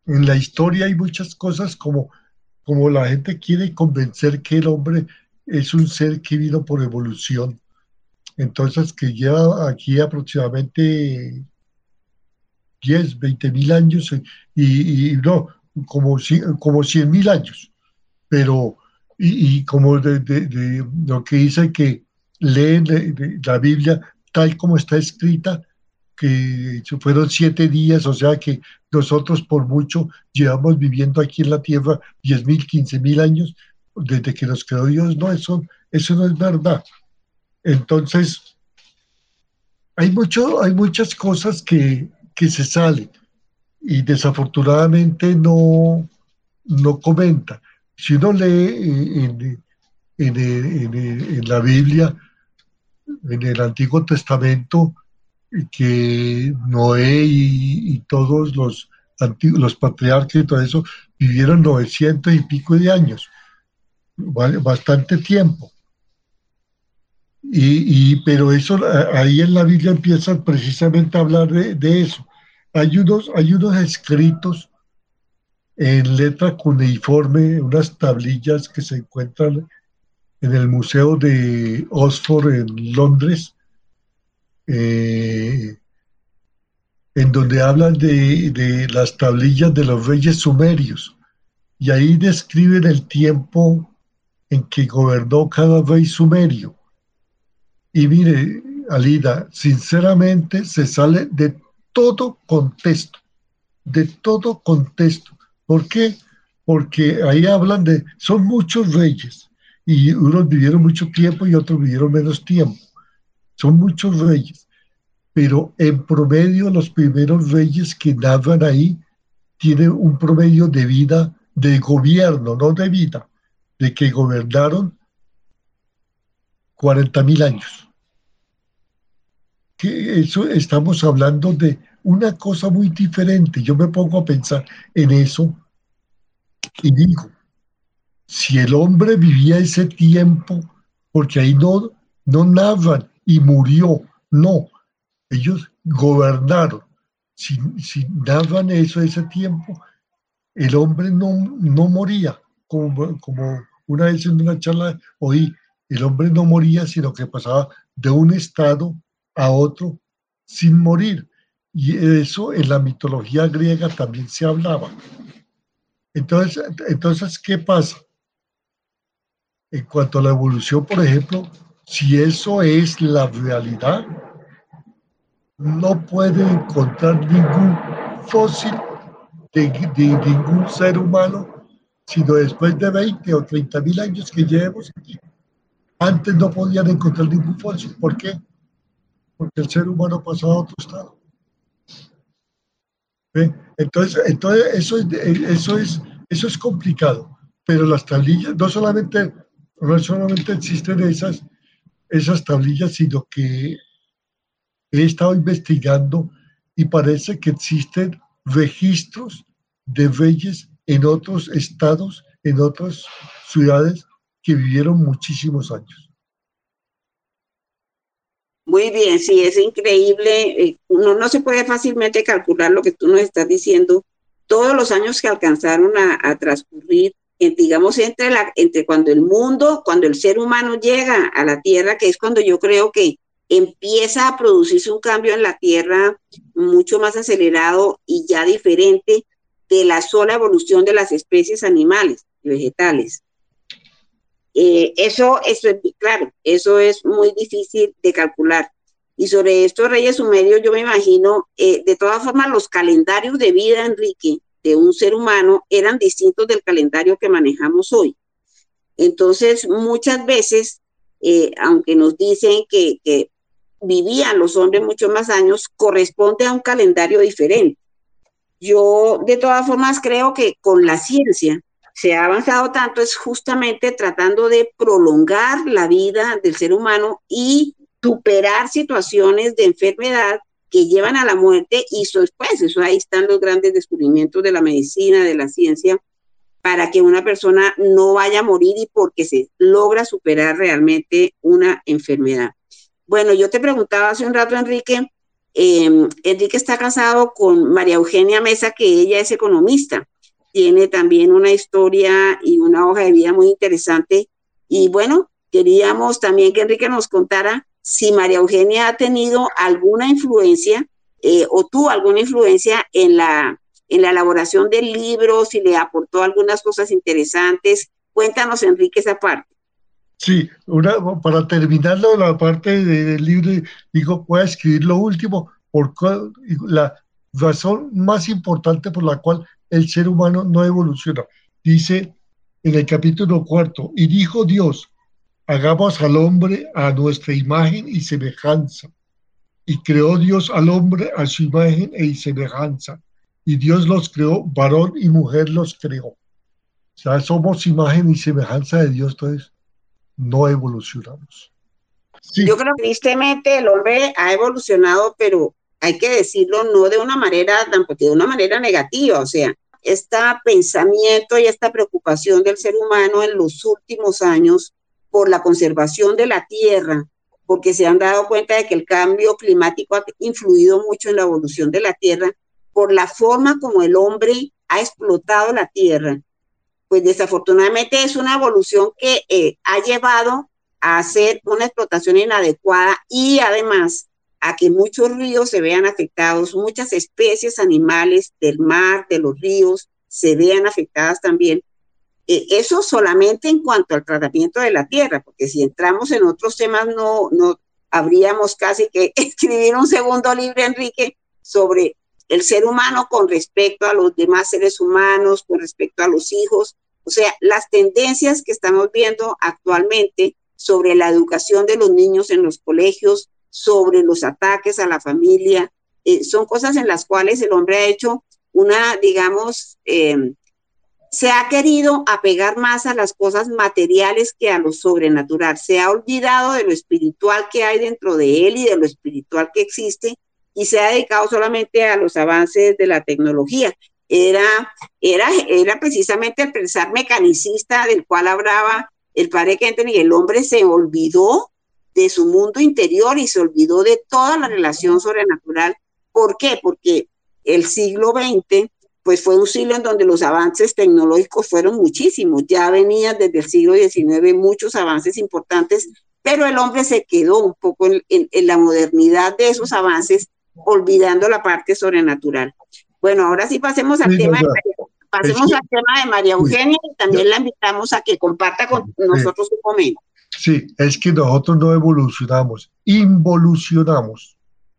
en la historia hay muchas cosas como, como la gente quiere convencer que el hombre es un ser que vino por evolución. Entonces, que lleva aquí aproximadamente diez, veinte mil años, eh, y, y no, como, ci- como cien mil años. Pero, y, y como de, de- de lo que dice que leen de- de la Biblia tal como está escrita, que fueron siete días, o sea que nosotros por mucho llevamos viviendo aquí en la tierra diez mil, quince mil años, desde que nos creó Dios. No, eso, eso no es verdad. Entonces, hay, mucho, hay muchas cosas que, que se salen y desafortunadamente no, no comenta. Si uno lee eh, en, en, en, en la Biblia, en el Antiguo Testamento, que Noé y, y todos los, antiguos, los patriarcas y todo eso vivieron novecientos y pico de años, bastante tiempo. Y, y, pero eso, ahí en la Biblia empiezan precisamente a hablar de, de eso. Hay unos, hay unos escritos en letra cuneiforme, unas tablillas que se encuentran en el Museo de Oxford en Londres, eh, en donde hablan de, de las tablillas de los reyes sumerios. Y ahí describen el tiempo en que gobernó cada rey sumerio. Y mire, Alida, sinceramente se sale de todo contexto, de todo contexto. ¿Por qué? Porque ahí hablan de, son muchos reyes, y unos vivieron mucho tiempo y otros vivieron menos tiempo. Son muchos reyes, pero en promedio los primeros reyes que narran ahí tienen un promedio de vida, de gobierno, no de vida, de que gobernaron cuarenta mil años. Que eso estamos hablando de una cosa muy diferente. Yo me pongo a pensar en eso y digo, si el hombre vivía ese tiempo, porque ahí no, no narran y murió, no, ellos gobernaron. Si, si narran eso ese tiempo, el hombre no, no moría, como, como una vez en una charla oí, el hombre no moría, sino que pasaba de un estado a otro sin morir. Y eso en la mitología griega también se hablaba. Entonces, entonces ¿qué pasa? En cuanto a la evolución, por ejemplo, si eso es la realidad, no puede encontrar ningún fósil de, de ningún ser humano, sino después de veinte o treinta mil años que llevemos aquí. Antes no podían encontrar ningún fósil. ¿Por qué? Porque el ser humano pasó a otro estado. ¿Ve? Entonces, entonces eso, es, eso, es, eso es complicado. Pero las tablillas, no solamente, no solamente existen esas, esas tablillas, sino que he estado investigando y parece que existen registros de reyes en otros estados, en otras ciudades que vivieron muchísimos años. Muy bien, sí, es increíble. eh, Uno no se puede fácilmente calcular lo que tú nos estás diciendo, todos los años que alcanzaron a, a transcurrir, en, digamos, entre, la, entre cuando el mundo, cuando el ser humano llega a la Tierra, que es cuando yo creo que empieza a producirse un cambio en la Tierra mucho más acelerado y ya diferente de la sola evolución de las especies animales y vegetales. Eh, eso, eso es claro, eso es muy difícil de calcular. Y sobre estos reyes sumerios, yo me imagino, eh, de todas formas, los calendarios de vida, Enrique, de un ser humano eran distintos del calendario que manejamos hoy. Entonces, muchas veces, eh, aunque nos dicen que, que vivían los hombres muchos más años, corresponde a un calendario diferente. Yo, de todas formas, creo que con la ciencia se ha avanzado tanto es justamente tratando de prolongar la vida del ser humano y superar situaciones de enfermedad que llevan a la muerte y eso, pues, eso ahí están los grandes descubrimientos de la medicina, de la ciencia, para que una persona no vaya a morir y porque se logra superar realmente una enfermedad. Bueno, yo te preguntaba hace un rato, Enrique, Eh, Enrique está casado con María Eugenia Mesa, que ella es economista. Tiene también una historia y una hoja de vida muy interesante. Y bueno, queríamos también que Enrique nos contara si María Eugenia ha tenido alguna influencia eh, o tuvo alguna influencia en la, en la elaboración del libro, si le aportó algunas cosas interesantes. Cuéntanos, Enrique, esa parte. Sí, una, para terminar la parte de- del libro, digo, voy a escribir lo último, por cu- la razón más importante por la cual el ser humano no evoluciona. Dice en el capítulo cuarto, y dijo Dios, hagamos al hombre a nuestra imagen y semejanza. Y creó Dios al hombre a su imagen e semejanza. Y Dios los creó, varón y mujer los creó. O sea, somos imagen y semejanza de Dios, entonces no evolucionamos. Yo Sí, creo que tristemente el hombre ha evolucionado, pero hay que decirlo no de una manera, tampoco de una manera negativa, o sea, este pensamiento y esta preocupación del ser humano en los últimos años por la conservación de la tierra, porque se han dado cuenta de que el cambio climático ha influido mucho en la evolución de la tierra, por la forma como el hombre ha explotado la tierra, pues desafortunadamente es una evolución que eh, ha llevado a hacer una explotación inadecuada y además a que muchos ríos se vean afectados, muchas especies animales del mar, de los ríos, se vean afectadas también. Eh, eso solamente en cuanto al tratamiento de la tierra, porque si entramos en otros temas no, no habríamos casi que escribir un segundo libro, Enrique, sobre el ser humano con respecto a los demás seres humanos, con respecto a los hijos, o sea, las tendencias que estamos viendo actualmente sobre la educación de los niños en los colegios, sobre los ataques a la familia, eh, son cosas en las cuales el hombre ha hecho una, digamos, eh, se ha querido apegar más a las cosas materiales que a lo sobrenatural. Se ha olvidado de lo espiritual que hay dentro de él y de lo espiritual que existe y se ha dedicado solamente a los avances de la tecnología. Era, era, era precisamente el pensar mecanicista del cual hablaba el padre Kenton, y el hombre se olvidó de su mundo interior y se olvidó de toda la relación sobrenatural. ¿Por qué? Porque el siglo veinte pues fue un siglo en donde los avances tecnológicos fueron muchísimos. Ya venían desde el siglo diecinueve muchos avances importantes, pero el hombre se quedó un poco en, en, en la modernidad de esos avances, olvidando la parte sobrenatural. Bueno, ahora sí pasemos al sí, no, tema de ya. María, Es pasemos que, al tema de María sí, Eugenia, y ya, también la invitamos a que comparta con sí, nosotros un momento. sí, es que nosotros no evolucionamos, involucionamos,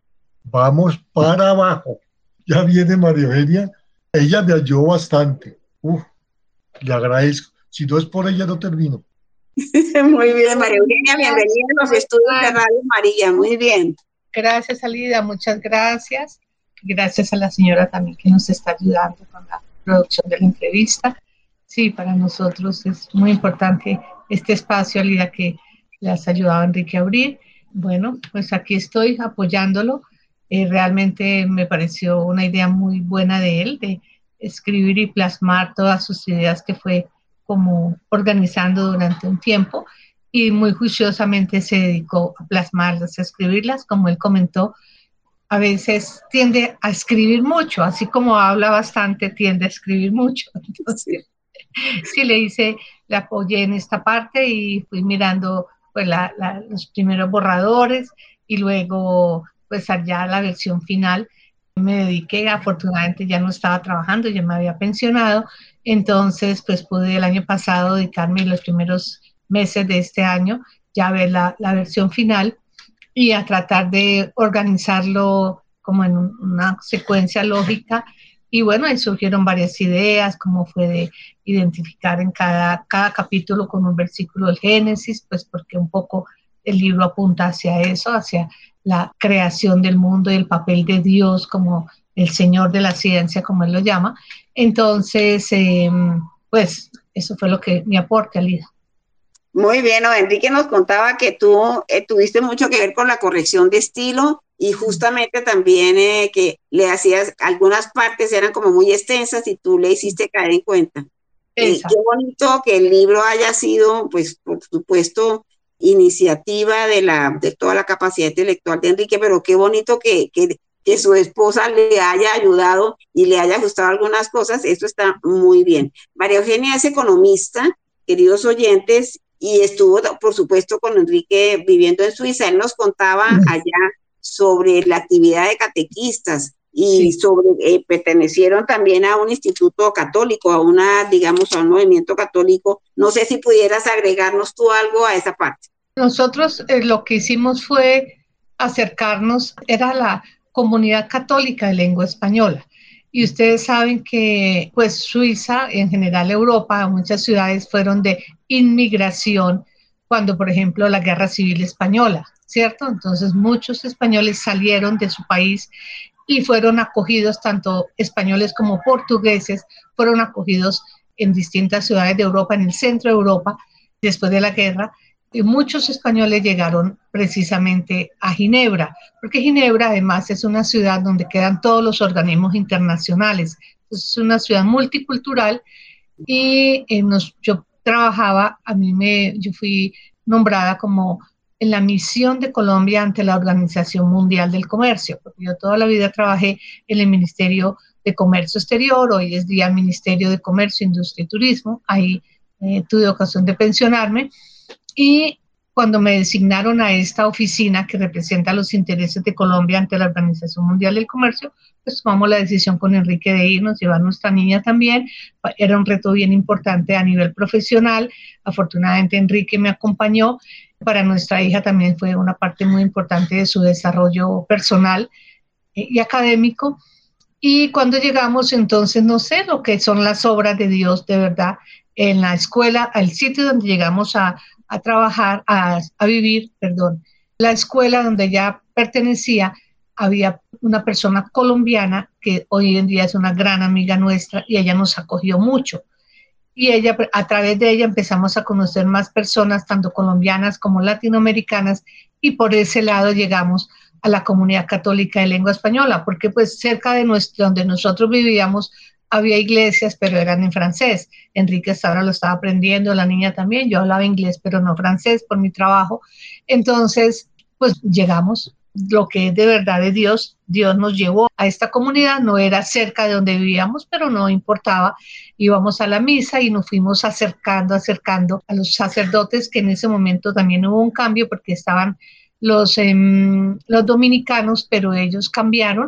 vamos para abajo. Ya viene María Eugenia, ella me ayudó bastante. Uf, le agradezco. Si no es por ella, no termino. Muy bien, María Eugenia, bienvenida a los estudios de Radio María. Muy bien. Gracias, Alida, muchas gracias. Gracias a la señora también que nos está ayudando con la producción de la entrevista. Sí, para nosotros es muy importante este espacio, Alida, que le has ayudado a Enrique a abrir. Bueno, pues aquí estoy apoyándolo. Eh, realmente me pareció una idea muy buena de él, de escribir y plasmar todas sus ideas que fue como organizando durante un tiempo, y muy juiciosamente se dedicó a plasmarlas, a escribirlas, como él comentó. A veces tiende a escribir mucho, así como habla bastante, tiende a escribir mucho. Entonces, sí le hice, le apoyé en esta parte y fui mirando pues la, la, los primeros borradores y luego pues allá la versión final. Me dediqué, afortunadamente ya no estaba trabajando, ya me había pensionado, entonces pues pude el año pasado dedicarme los primeros meses de este año ya a ver la, la versión final y a tratar de organizarlo como en una secuencia lógica. Y bueno, ahí surgieron varias ideas, como fue de identificar en cada, cada capítulo con un versículo del Génesis, pues porque un poco el libro apunta hacia eso, hacia la creación del mundo y el papel de Dios como el Señor de la ciencia, como él lo llama. Entonces, eh, pues eso fue lo que mi aporte, Alida. Muy bien, ¿no? Enrique nos contaba que tú eh, tuviste mucho que ver con la corrección de estilo y justamente también eh, que le hacías, algunas partes eran como muy extensas y tú le hiciste caer en cuenta. Eh, qué bonito que el libro haya sido, pues, por supuesto, iniciativa de, la, de toda la capacidad intelectual de Enrique, pero qué bonito que, que que su esposa le haya ayudado y le haya gustado algunas cosas, esto está muy bien. María Eugenia es economista, queridos oyentes, y estuvo, por supuesto, con Enrique viviendo en Suiza. Él nos contaba allá sobre la actividad de catequistas y sí. sobre, eh, pertenecieron también a un instituto católico, a una, digamos, a un movimiento católico. No sé si pudieras agregarnos tú algo a esa parte. Nosotros eh, lo que hicimos fue acercarnos, era la comunidad católica de lengua española. Y ustedes saben que pues Suiza, en general Europa, muchas ciudades fueron de inmigración cuando, por ejemplo, la Guerra Civil Española, ¿cierto? Entonces muchos españoles salieron de su país y fueron acogidos, tanto españoles como portugueses, fueron acogidos en distintas ciudades de Europa, en el centro de Europa, después de la guerra. Y muchos españoles llegaron precisamente a Ginebra, porque Ginebra además es una ciudad donde quedan todos los organismos internacionales. Entonces, es una ciudad multicultural y eh, nos, yo trabajaba, a mí me, yo fui nombrada como en la misión de Colombia ante la Organización Mundial del Comercio, porque yo toda la vida trabajé en el Ministerio de Comercio Exterior, hoy es día Ministerio de Comercio, Industria y Turismo, ahí eh, tuve ocasión de pensionarme. Y cuando me designaron a esta oficina que representa los intereses de Colombia ante la Organización Mundial del Comercio, pues tomamos la decisión con Enrique de irnos, llevar a nuestra niña también. Era un reto bien importante a nivel profesional. Afortunadamente Enrique me acompañó. Para nuestra hija también fue una parte muy importante de su desarrollo personal y académico. Y cuando llegamos, entonces, no sé lo que son las obras de Dios de verdad en la escuela, al sitio donde llegamos a a trabajar, a, a vivir, perdón, la escuela donde ella pertenecía, había una persona colombiana que hoy en día es una gran amiga nuestra y ella nos acogió mucho. Y ella, a través de ella empezamos a conocer más personas, tanto colombianas como latinoamericanas, y por ese lado llegamos a la comunidad católica de lengua española, porque pues cerca de nuestro, donde nosotros vivíamos, había iglesias, pero eran en francés. Enrique hasta ahora lo estaba aprendiendo, la niña también. Yo hablaba inglés, pero no francés por mi trabajo. Entonces, pues llegamos, lo que es de verdad de Dios. Dios nos llevó a esta comunidad, no era cerca de donde vivíamos, pero no importaba. Íbamos a la misa y nos fuimos acercando, acercando a los sacerdotes, que en ese momento también hubo un cambio porque estaban los, eh, los dominicanos, pero ellos cambiaron.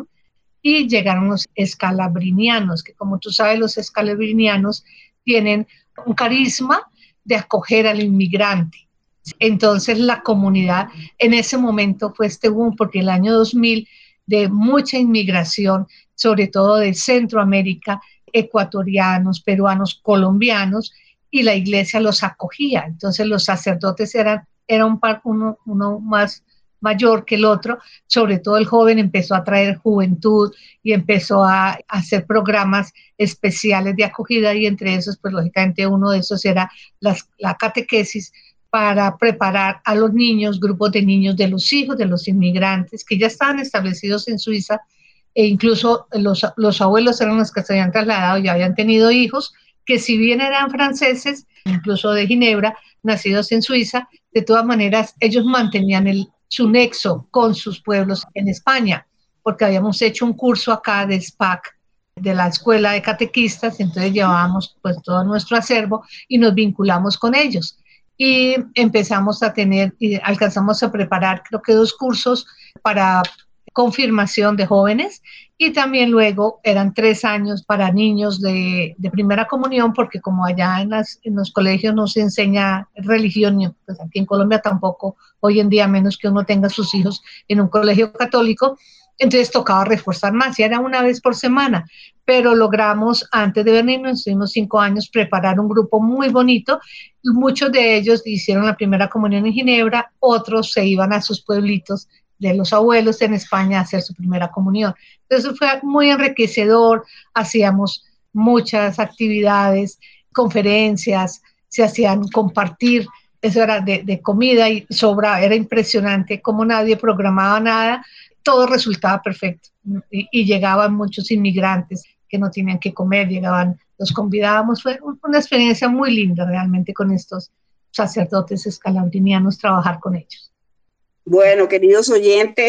Y llegaron los escalabrinianos, que como tú sabes, los escalabrinianos tienen un carisma de acoger al inmigrante. Entonces la comunidad en ese momento fue este boom, porque el año dos mil de mucha inmigración, sobre todo de Centroamérica, ecuatorianos, peruanos, colombianos, y la iglesia los acogía. Entonces los sacerdotes eran, era un par, uno, uno más mayor que el otro, sobre todo el joven empezó a traer juventud y empezó a, a hacer programas especiales de acogida, y entre esos, pues lógicamente uno de esos era las, la catequesis para preparar a los niños, grupos de niños de los hijos de los inmigrantes que ya estaban establecidos en Suiza, e incluso los, los abuelos eran los que se habían trasladado y ya habían tenido hijos, que si bien eran franceses, incluso de Ginebra, nacidos en Suiza, de todas maneras ellos mantenían el su nexo con sus pueblos en España, porque habíamos hecho un curso acá de S P A C, de la Escuela de Catequistas, entonces llevábamos pues todo nuestro acervo y nos vinculamos con ellos. Y empezamos a tener, y alcanzamos a preparar creo que dos cursos para confirmación de jóvenes, y también luego eran tres años para niños de, de primera comunión, porque como allá en, las, en los colegios no se enseña religión, pues aquí en Colombia tampoco, hoy en día, menos que uno tenga sus hijos en un colegio católico, entonces tocaba reforzar más, y era una vez por semana, pero logramos, antes de venirnos, estuvimos cinco años, preparar un grupo muy bonito. Muchos de ellos hicieron la primera comunión en Ginebra, otros se iban a sus pueblitos de los abuelos en España a hacer su primera comunión. Entonces fue muy enriquecedor, hacíamos muchas actividades, conferencias, se hacían compartir, eso era de, de comida y sobra, era impresionante como nadie programaba nada, todo resultaba perfecto, y, y llegaban muchos inmigrantes que no tenían que comer, llegaban, los convidábamos, fue una experiencia muy linda realmente con estos sacerdotes escalabrinianos, trabajar con ellos. Bueno, queridos oyentes,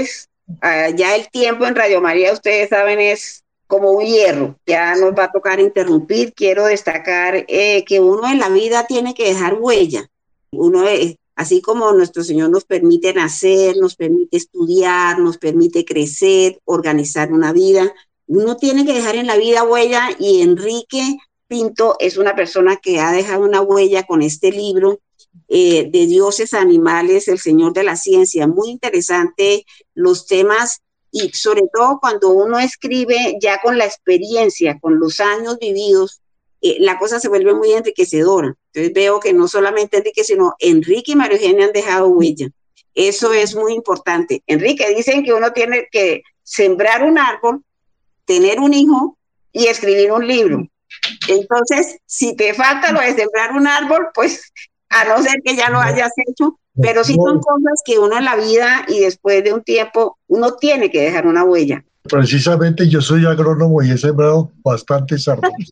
Uh, ya el tiempo en Radio María, ustedes saben, es como un hierro, ya nos va a tocar interrumpir. Quiero destacar eh, que uno en la vida tiene que dejar huella. Uno, eh, así como nuestro Señor nos permite nacer, nos permite estudiar, nos permite crecer, organizar una vida, uno tiene que dejar en la vida huella, y Enrique Pinto es una persona que ha dejado una huella con este libro eh, de Dioses Animales, el Señor de la Ciencia. Muy interesante los temas, y sobre todo cuando uno escribe ya con la experiencia, con los años vividos, eh, la cosa se vuelve muy enriquecedora. Entonces veo que no solamente Enrique, sino Enrique y María Eugenia han dejado huella. Eso es muy importante. Enrique, dicen que uno tiene que sembrar un árbol, tener un hijo y escribir un libro. Entonces, si te falta lo de sembrar un árbol, pues a no ser que ya lo hayas hecho, pero sí son cosas que uno en la vida y después de un tiempo, uno tiene que dejar una huella. Precisamente yo soy agrónomo y he sembrado bastantes árboles.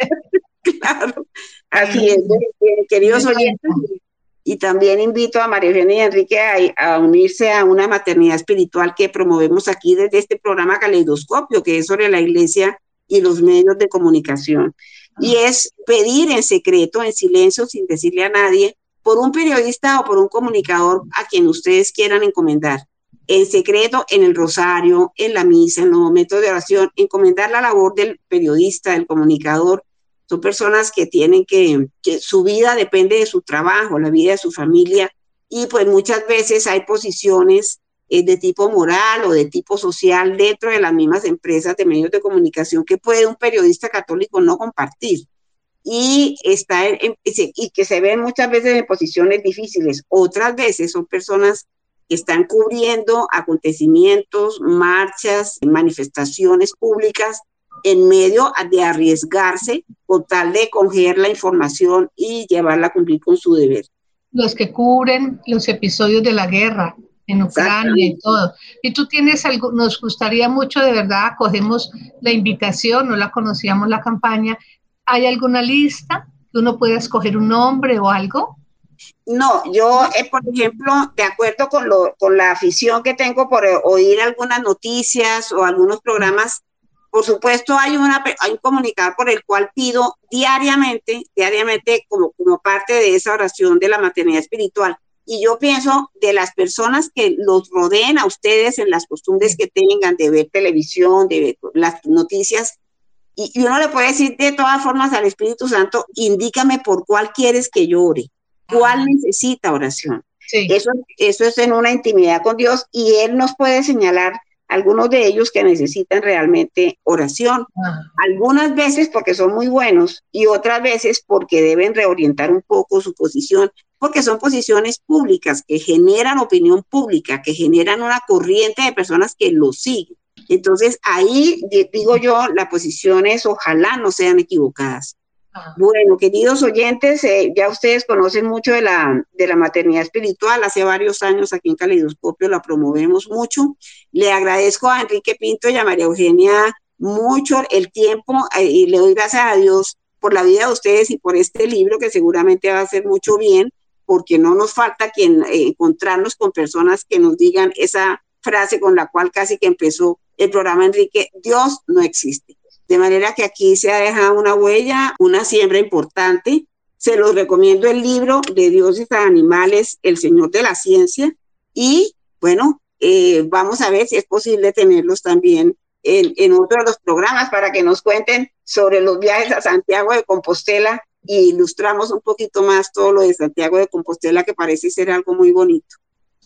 Claro, así es, queridos oyentes. Y también invito a María Eugenia y a Enrique a, a unirse a una maternidad espiritual que promovemos aquí desde este programa Caleidoscopio, que es sobre la iglesia y los medios de comunicación. Y es pedir en secreto, en silencio, sin decirle a nadie, por un periodista o por un comunicador a quien ustedes quieran encomendar. En secreto, en el rosario, en la misa, en los momentos de oración, encomendar la labor del periodista, del comunicador. Son personas que tienen que, que su vida depende de su trabajo, la vida de su familia, y pues muchas veces hay posiciones eh, de tipo moral o de tipo social dentro de las mismas empresas de medios de comunicación que puede un periodista católico no compartir, y, está en, en, y que se ven muchas veces en posiciones difíciles. Otras veces son personas que están cubriendo acontecimientos, marchas, manifestaciones públicas, en medio de arriesgarse con tal de coger la información y llevarla a cumplir con su deber. Los que cubren los episodios de la guerra en Ucrania y todo. Y tú tienes algo, nos gustaría mucho, de verdad, acogemos la invitación, no la conocíamos la campaña. ¿Hay alguna lista que uno pueda escoger un nombre o algo? No, yo, eh, por ejemplo, de acuerdo con, lo, con la afición que tengo por oír algunas noticias o algunos programas, por supuesto hay, una, hay un comunicador por el cual pido diariamente, diariamente como, como parte de esa oración de la maternidad espiritual. Y yo pienso de las personas que los rodeen a ustedes en las costumbres que tengan de ver televisión, de ver las noticias, y, y uno le puede decir de todas formas al Espíritu Santo, indícame por cuál quieres que yo ore, cuál necesita oración. Sí. Eso, eso es en una intimidad con Dios, y Él nos puede señalar algunos de ellos que necesitan realmente oración, ah. algunas veces porque son muy buenos y otras veces porque deben reorientar un poco su posición, porque son posiciones públicas que generan opinión pública, que generan una corriente de personas que los siguen. Entonces ahí digo yo, las posiciones ojalá no sean equivocadas. Bueno, queridos oyentes, eh, ya ustedes conocen mucho de la, de la maternidad espiritual. Hace varios años aquí en Caleidoscopio la promovemos mucho. Le agradezco a Enrique Pinto y a María Eugenia mucho el tiempo eh, y le doy gracias a Dios por la vida de ustedes y por este libro que seguramente va a hacer mucho bien, porque no nos falta quien eh, encontrarnos con personas que nos digan esa frase con la cual casi que empezó el programa Enrique: Dios no existe. De manera que aquí se ha dejado una huella, una siembra importante. Se los recomiendo el libro de Dioses Animales, el Señor de la Ciencia. Y bueno, eh, vamos a ver si es posible tenerlos también en, en otro de los programas para que nos cuenten sobre los viajes a Santiago de Compostela y ilustramos un poquito más todo lo de Santiago de Compostela, que parece ser algo muy bonito.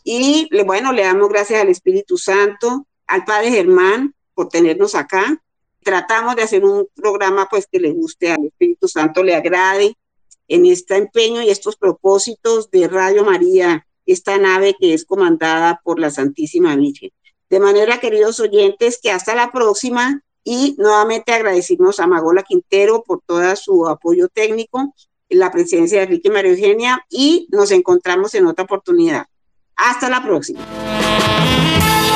Y bueno, le damos gracias al Espíritu Santo, al Padre Germán por tenernos acá. Tratamos de hacer un programa pues que le guste al Espíritu Santo, le agrade en este empeño y estos propósitos de Radio María, esta nave que es comandada por la Santísima Virgen. De manera, queridos oyentes, que hasta la próxima, y nuevamente agradecimos a Magola Quintero por todo su apoyo técnico, la presencia de Enrique y María Eugenia, y nos encontramos en otra oportunidad. Hasta la próxima.